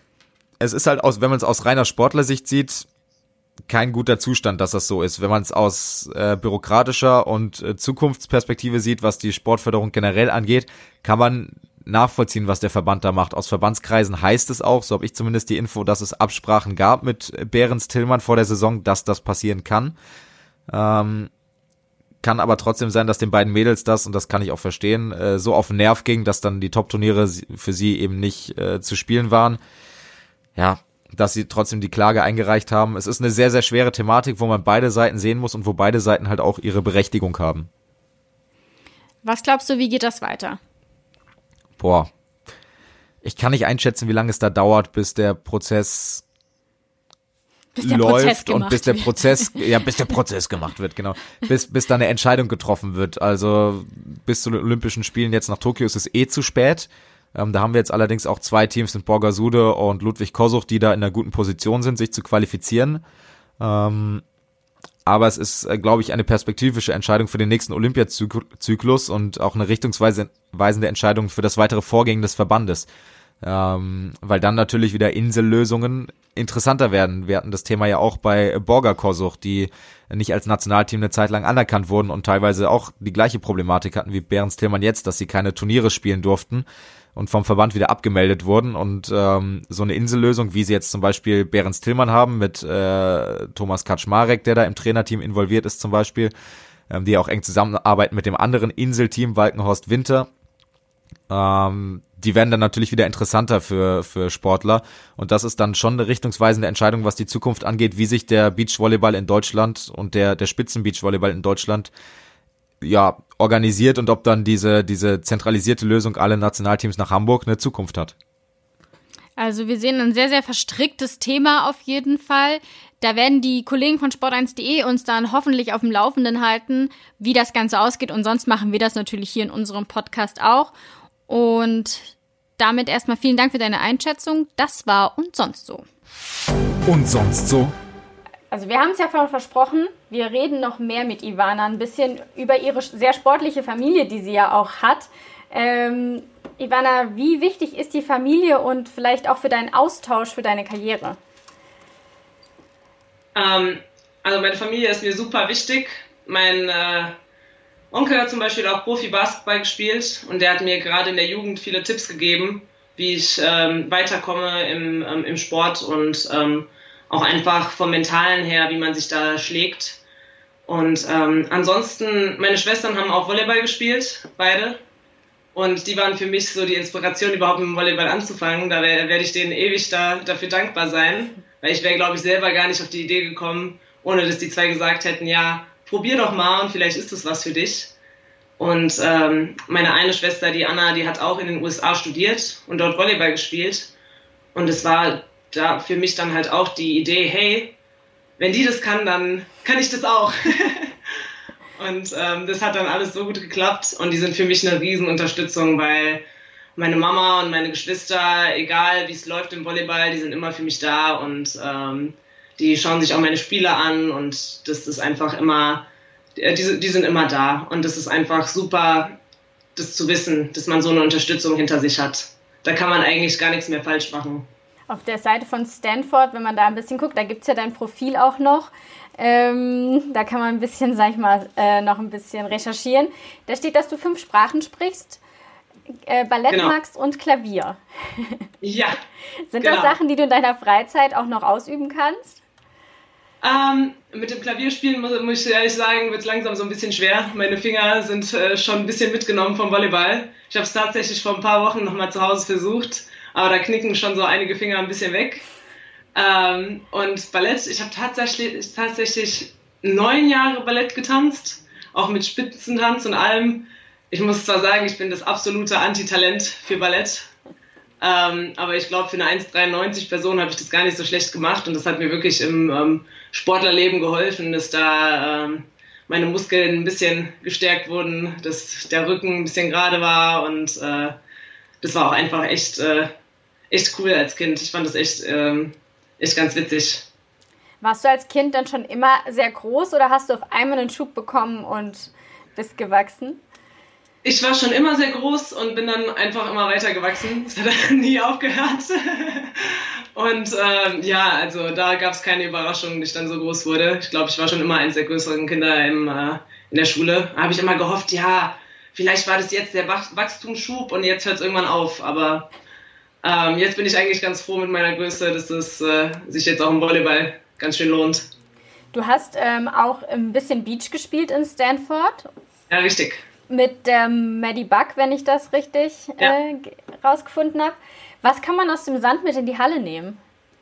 Es ist halt aus, wenn man es aus reiner Sportlersicht sieht, kein guter Zustand, dass das so ist. Wenn man es aus äh, bürokratischer und äh, Zukunftsperspektive sieht, was die Sportförderung generell angeht, kann man nachvollziehen, was der Verband da macht. Aus Verbandskreisen heißt es auch, so habe ich zumindest die Info, dass es Absprachen gab mit Behrens Tillmann vor der Saison, dass das passieren kann. Ähm, kann aber trotzdem sein, dass den beiden Mädels das, und das kann ich auch verstehen, äh, so auf den Nerv ging, dass dann die Top-Turniere für sie eben nicht äh, zu spielen waren. Ja, dass sie trotzdem die Klage eingereicht haben. Es ist eine sehr, sehr schwere Thematik, wo man beide Seiten sehen muss und wo beide Seiten halt auch ihre Berechtigung haben. Was glaubst du, wie geht das weiter? Boah, ich kann nicht einschätzen, wie lange es da dauert, bis der Prozess bis der läuft Prozess gemacht und bis der wird. Prozess, ja, bis der Prozess gemacht wird, genau. Bis, bis da eine Entscheidung getroffen wird. Also bis zu den Olympischen Spielen jetzt nach Tokio ist es eh zu spät. Ähm, da haben wir jetzt allerdings auch zwei Teams mit Borger Sude und Ludwig Kosuch, die da in einer guten Position sind, sich zu qualifizieren. Ähm, aber es ist, äh, glaube ich, eine perspektivische Entscheidung für den nächsten Olympiazyklus und auch eine richtungsweisende Entscheidung für das weitere Vorgehen des Verbandes. Ähm, weil dann natürlich wieder Insellösungen interessanter werden. Wir hatten das Thema ja auch bei Borger Kosuch, die nicht als Nationalteam eine Zeit lang anerkannt wurden und teilweise auch die gleiche Problematik hatten wie Behrens Tillmann jetzt, dass sie keine Turniere spielen durften und vom Verband wieder abgemeldet wurden. Und ähm, so eine Insellösung, wie sie jetzt zum Beispiel Behrens Tillmann haben mit äh, Thomas Kaczmarek, der da im Trainerteam involviert ist zum Beispiel, ähm, die auch eng zusammenarbeiten mit dem anderen Inselteam Walkenhorst Winter. Ähm, die werden dann natürlich wieder interessanter für für Sportler und das ist dann schon eine richtungsweisende Entscheidung, was die Zukunft angeht, wie sich der Beachvolleyball in Deutschland und der der Spitzenbeachvolleyball in Deutschland ja organisiert und ob dann diese diese zentralisierte Lösung alle Nationalteams nach Hamburg eine Zukunft hat. Also wir sehen ein sehr, sehr verstricktes Thema auf jeden Fall. Da werden die Kollegen von sport eins punkt de uns dann hoffentlich auf dem Laufenden halten, wie das Ganze ausgeht. Und sonst machen wir das natürlich hier in unserem Podcast auch. Und damit erstmal vielen Dank für deine Einschätzung. Das war Und sonst so. Und sonst so? Also wir haben es ja vorhin versprochen, wir reden noch mehr mit Ivana ein bisschen über ihre sehr sportliche Familie, die sie ja auch hat. Ähm, Ivana, wie wichtig ist die Familie und vielleicht auch für deinen Austausch, für deine Karriere? Ähm, also meine Familie ist mir super wichtig. Mein äh, Onkel hat zum Beispiel auch Profi-Basketball gespielt und der hat mir gerade in der Jugend viele Tipps gegeben, wie ich ähm, weiterkomme im, ähm, im Sport und ähm, auch einfach vom Mentalen her, wie man sich da schlägt. Und ähm, ansonsten, meine Schwestern haben auch Volleyball gespielt, beide. Und die waren für mich so die Inspiration, überhaupt mit dem Volleyball anzufangen. Da werde werd ich denen ewig da, dafür dankbar sein. Weil ich wäre, glaube ich, selber gar nicht auf die Idee gekommen, ohne dass die zwei gesagt hätten, ja, probier doch mal und vielleicht ist das was für dich. Und ähm, meine eine Schwester, die Anna, die hat auch in den U S A studiert und dort Volleyball gespielt. Und es war da für mich dann halt auch die Idee, hey, wenn die das kann, dann kann ich das auch. Und ähm, das hat dann alles so gut geklappt und die sind für mich eine Riesenunterstützung, weil meine Mama und meine Geschwister, egal wie es läuft im Volleyball, die sind immer für mich da und ähm, die schauen sich auch meine Spiele an und das ist einfach immer, die, die sind immer da und das ist einfach super, das zu wissen, dass man so eine Unterstützung hinter sich hat. Da kann man eigentlich gar nichts mehr falsch machen. Auf der Seite von Stanford, wenn man da ein bisschen guckt, da gibt es ja dein Profil auch noch. Ähm, da kann man ein bisschen, sag ich mal, äh, noch ein bisschen recherchieren. Da steht, dass du fünf Sprachen sprichst, äh, Ballett genau. magst und Klavier. Ja. Sind genau. das Sachen, die du in deiner Freizeit auch noch ausüben kannst? Ähm, mit dem Klavierspielen, muss, muss ich ehrlich sagen, wird es langsam so ein bisschen schwer. Meine Finger sind äh, schon ein bisschen mitgenommen vom Volleyball. Ich habe es tatsächlich vor ein paar Wochen nochmal zu Hause versucht. Aber da knicken schon so einige Finger ein bisschen weg. Ähm, und Ballett, ich habe tatsächlich, tatsächlich neun Jahre Ballett getanzt, auch mit Spitzentanz und allem. Ich muss zwar sagen, ich bin das absolute Antitalent für Ballett, ähm, aber ich glaube, für eine eins Komma dreiundneunzig Person habe ich das gar nicht so schlecht gemacht und das hat mir wirklich im ähm, Sportlerleben geholfen, dass da ähm, meine Muskeln ein bisschen gestärkt wurden, dass der Rücken ein bisschen gerade war und äh, das war auch einfach echt, äh, echt cool als Kind. Ich fand das echt, ähm, echt ganz witzig. Warst du als Kind dann schon immer sehr groß oder hast du auf einmal einen Schub bekommen und bist gewachsen? Ich war schon immer sehr groß und bin dann einfach immer weiter gewachsen. Es hat dann nie aufgehört. Und ähm, ja, also da gab es keine Überraschung, dass ich dann so groß wurde. Ich glaube, ich war schon immer eines der größeren Kinder im, äh, in der Schule. Da habe ich immer gehofft, ja, vielleicht war das jetzt der Wach- Wachstumsschub und jetzt hört es irgendwann auf. Aber ähm, jetzt bin ich eigentlich ganz froh mit meiner Größe, dass es äh, sich jetzt auch im Volleyball ganz schön lohnt. Du hast ähm, auch ein bisschen Beach gespielt in Stanford. Ja, richtig. Mit ähm, Maddie Buck, wenn ich das richtig Ja. äh, g- rausgefunden habe. Was kann man aus dem Sand mit in die Halle nehmen?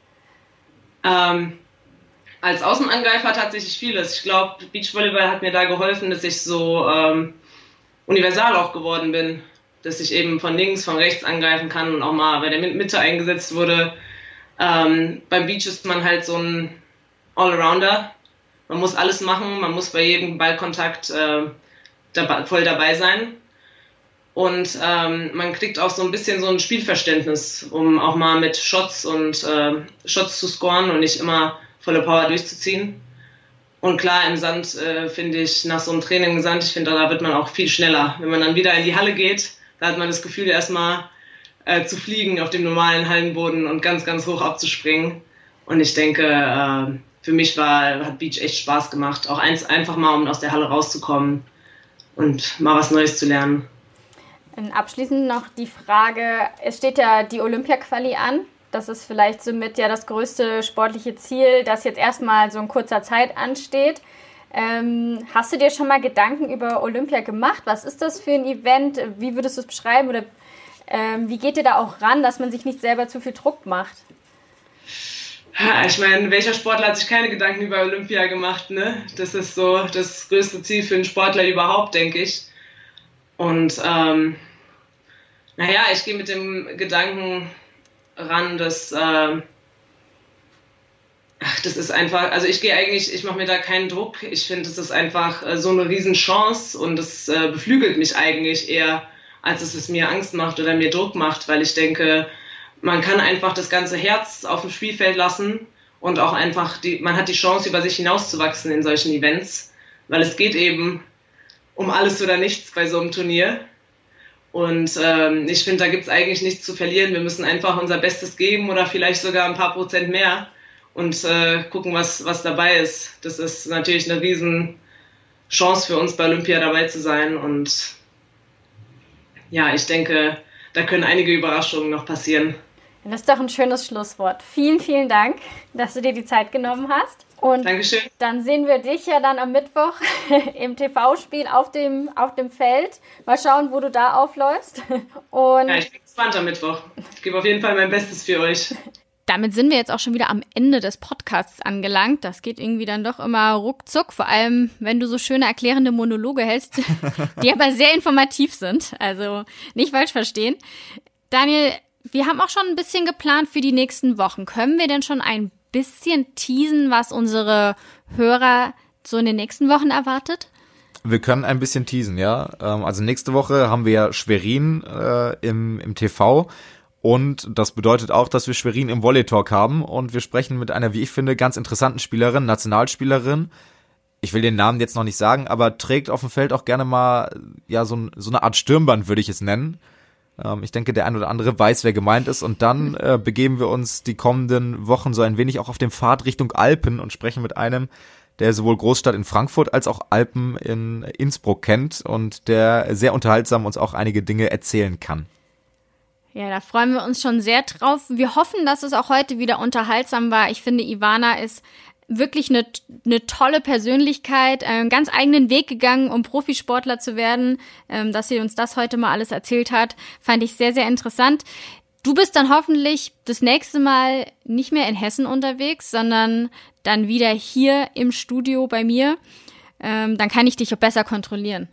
Ähm, als Außenangreifer tatsächlich vieles. Ich glaube, Beachvolleyball hat mir da geholfen, dass ich so ähm, universal auch geworden bin. Dass ich eben von links, von rechts angreifen kann und auch mal bei der Mitte eingesetzt wurde. Ähm, beim Beach ist man halt so ein Allrounder. Man muss alles machen, man muss bei jedem Ballkontakt äh, dabei, voll dabei sein. Und ähm, man kriegt auch so ein bisschen so ein Spielverständnis, um auch mal mit Shots und äh, Shots zu scoren und nicht immer volle Power durchzuziehen. Und klar, im Sand äh, finde ich, nach so einem Training im Sand, ich finde, da wird man auch viel schneller. Wenn man dann wieder in die Halle geht, da hat man das Gefühl, erstmal äh, zu fliegen auf dem normalen Hallenboden und ganz, ganz hoch abzuspringen. Und ich denke, äh, für mich war, hat Beach echt Spaß gemacht. Auch eins, einfach mal, um aus der Halle rauszukommen und mal was Neues zu lernen. Und abschließend noch die Frage, es steht ja die Olympia-Quali an. Das ist vielleicht somit ja das größte sportliche Ziel, das jetzt erstmal so in kurzer Zeit ansteht. Ähm, hast du dir schon mal Gedanken über Olympia gemacht? Was ist das für ein Event? Wie würdest du es beschreiben? Oder ähm, wie geht ihr da auch ran, dass man sich nicht selber zu viel Druck macht? Ja, ich meine, welcher Sportler hat sich keine Gedanken über Olympia gemacht, ne? Das ist so das größte Ziel für einen Sportler überhaupt, denke ich. Und ähm, naja, ich gehe mit dem Gedanken ran, dass äh, ach, das ist einfach, also ich gehe eigentlich, ich mache mir da keinen Druck. Ich finde, es ist einfach äh, so eine Riesenchance und es äh, beflügelt mich eigentlich eher, als dass es mir Angst macht oder mir Druck macht, weil ich denke, man kann einfach das ganze Herz auf dem Spielfeld lassen und auch einfach, die, man hat die Chance, über sich hinauszuwachsen in solchen Events, weil es geht eben um alles oder nichts bei so einem Turnier. Und ähm, ich finde, da gibt es eigentlich nichts zu verlieren. Wir müssen einfach unser Bestes geben oder vielleicht sogar ein paar Prozent mehr und äh, gucken, was, was dabei ist. Das ist natürlich eine riesen Chance für uns, bei Olympia dabei zu sein. Und ja, ich denke, da können einige Überraschungen noch passieren. Das ist doch ein schönes Schlusswort. Vielen, vielen Dank, dass du dir die Zeit genommen hast. Und Dankeschön. Dann sehen wir dich ja dann am Mittwoch im T V-Spiel auf dem, auf dem Feld. Mal schauen, wo du da aufläufst. Und ja, ich bin gespannt am Mittwoch. Ich gebe auf jeden Fall mein Bestes für euch. Damit sind wir jetzt auch schon wieder am Ende des Podcasts angelangt. Das geht irgendwie dann doch immer ruckzuck, vor allem wenn du so schöne erklärende Monologe hältst, die aber sehr informativ sind. Also nicht falsch verstehen. Daniel, wir haben auch schon ein bisschen geplant für die nächsten Wochen. Können wir denn schon ein bisschen teasen, was unsere Hörer so in den nächsten Wochen erwartet? Wir können ein bisschen teasen, ja. Also nächste Woche haben wir ja Schwerin äh, im, im T V und das bedeutet auch, dass wir Schwerin im Volley Talk haben und wir sprechen mit einer, wie ich finde, ganz interessanten Spielerin, Nationalspielerin. Ich will den Namen jetzt noch nicht sagen, aber trägt auf dem Feld auch gerne mal ja so, so eine Art Stirnband, würde ich es nennen. Ich denke, der ein oder andere weiß, wer gemeint ist. Und dann äh, begeben wir uns die kommenden Wochen so ein wenig auch auf dem Pfad Richtung Alpen und sprechen mit einem, der sowohl Großstadt in Frankfurt als auch Alpen in Innsbruck kennt und der sehr unterhaltsam uns auch einige Dinge erzählen kann. Ja, da freuen wir uns schon sehr drauf. Wir hoffen, dass es auch heute wieder unterhaltsam war. Ich finde, Ivana ist wirklich eine, eine tolle Persönlichkeit, einen ganz eigenen Weg gegangen, um Profisportler zu werden. Dass sie uns das heute mal alles erzählt hat, fand ich sehr, sehr interessant. Du bist dann hoffentlich das nächste Mal nicht mehr in Hessen unterwegs, sondern dann wieder hier im Studio bei mir. Dann kann ich dich auch besser kontrollieren.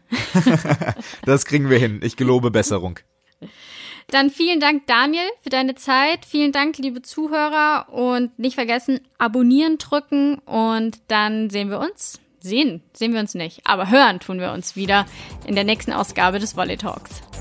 Das kriegen wir hin. Ich gelobe Besserung. Dann vielen Dank, Daniel, für deine Zeit. Vielen Dank, liebe Zuhörer. Und nicht vergessen, abonnieren drücken. Und dann sehen wir uns. Sehen, sehen wir uns nicht. Aber hören tun wir uns wieder in der nächsten Ausgabe des Volley Talks.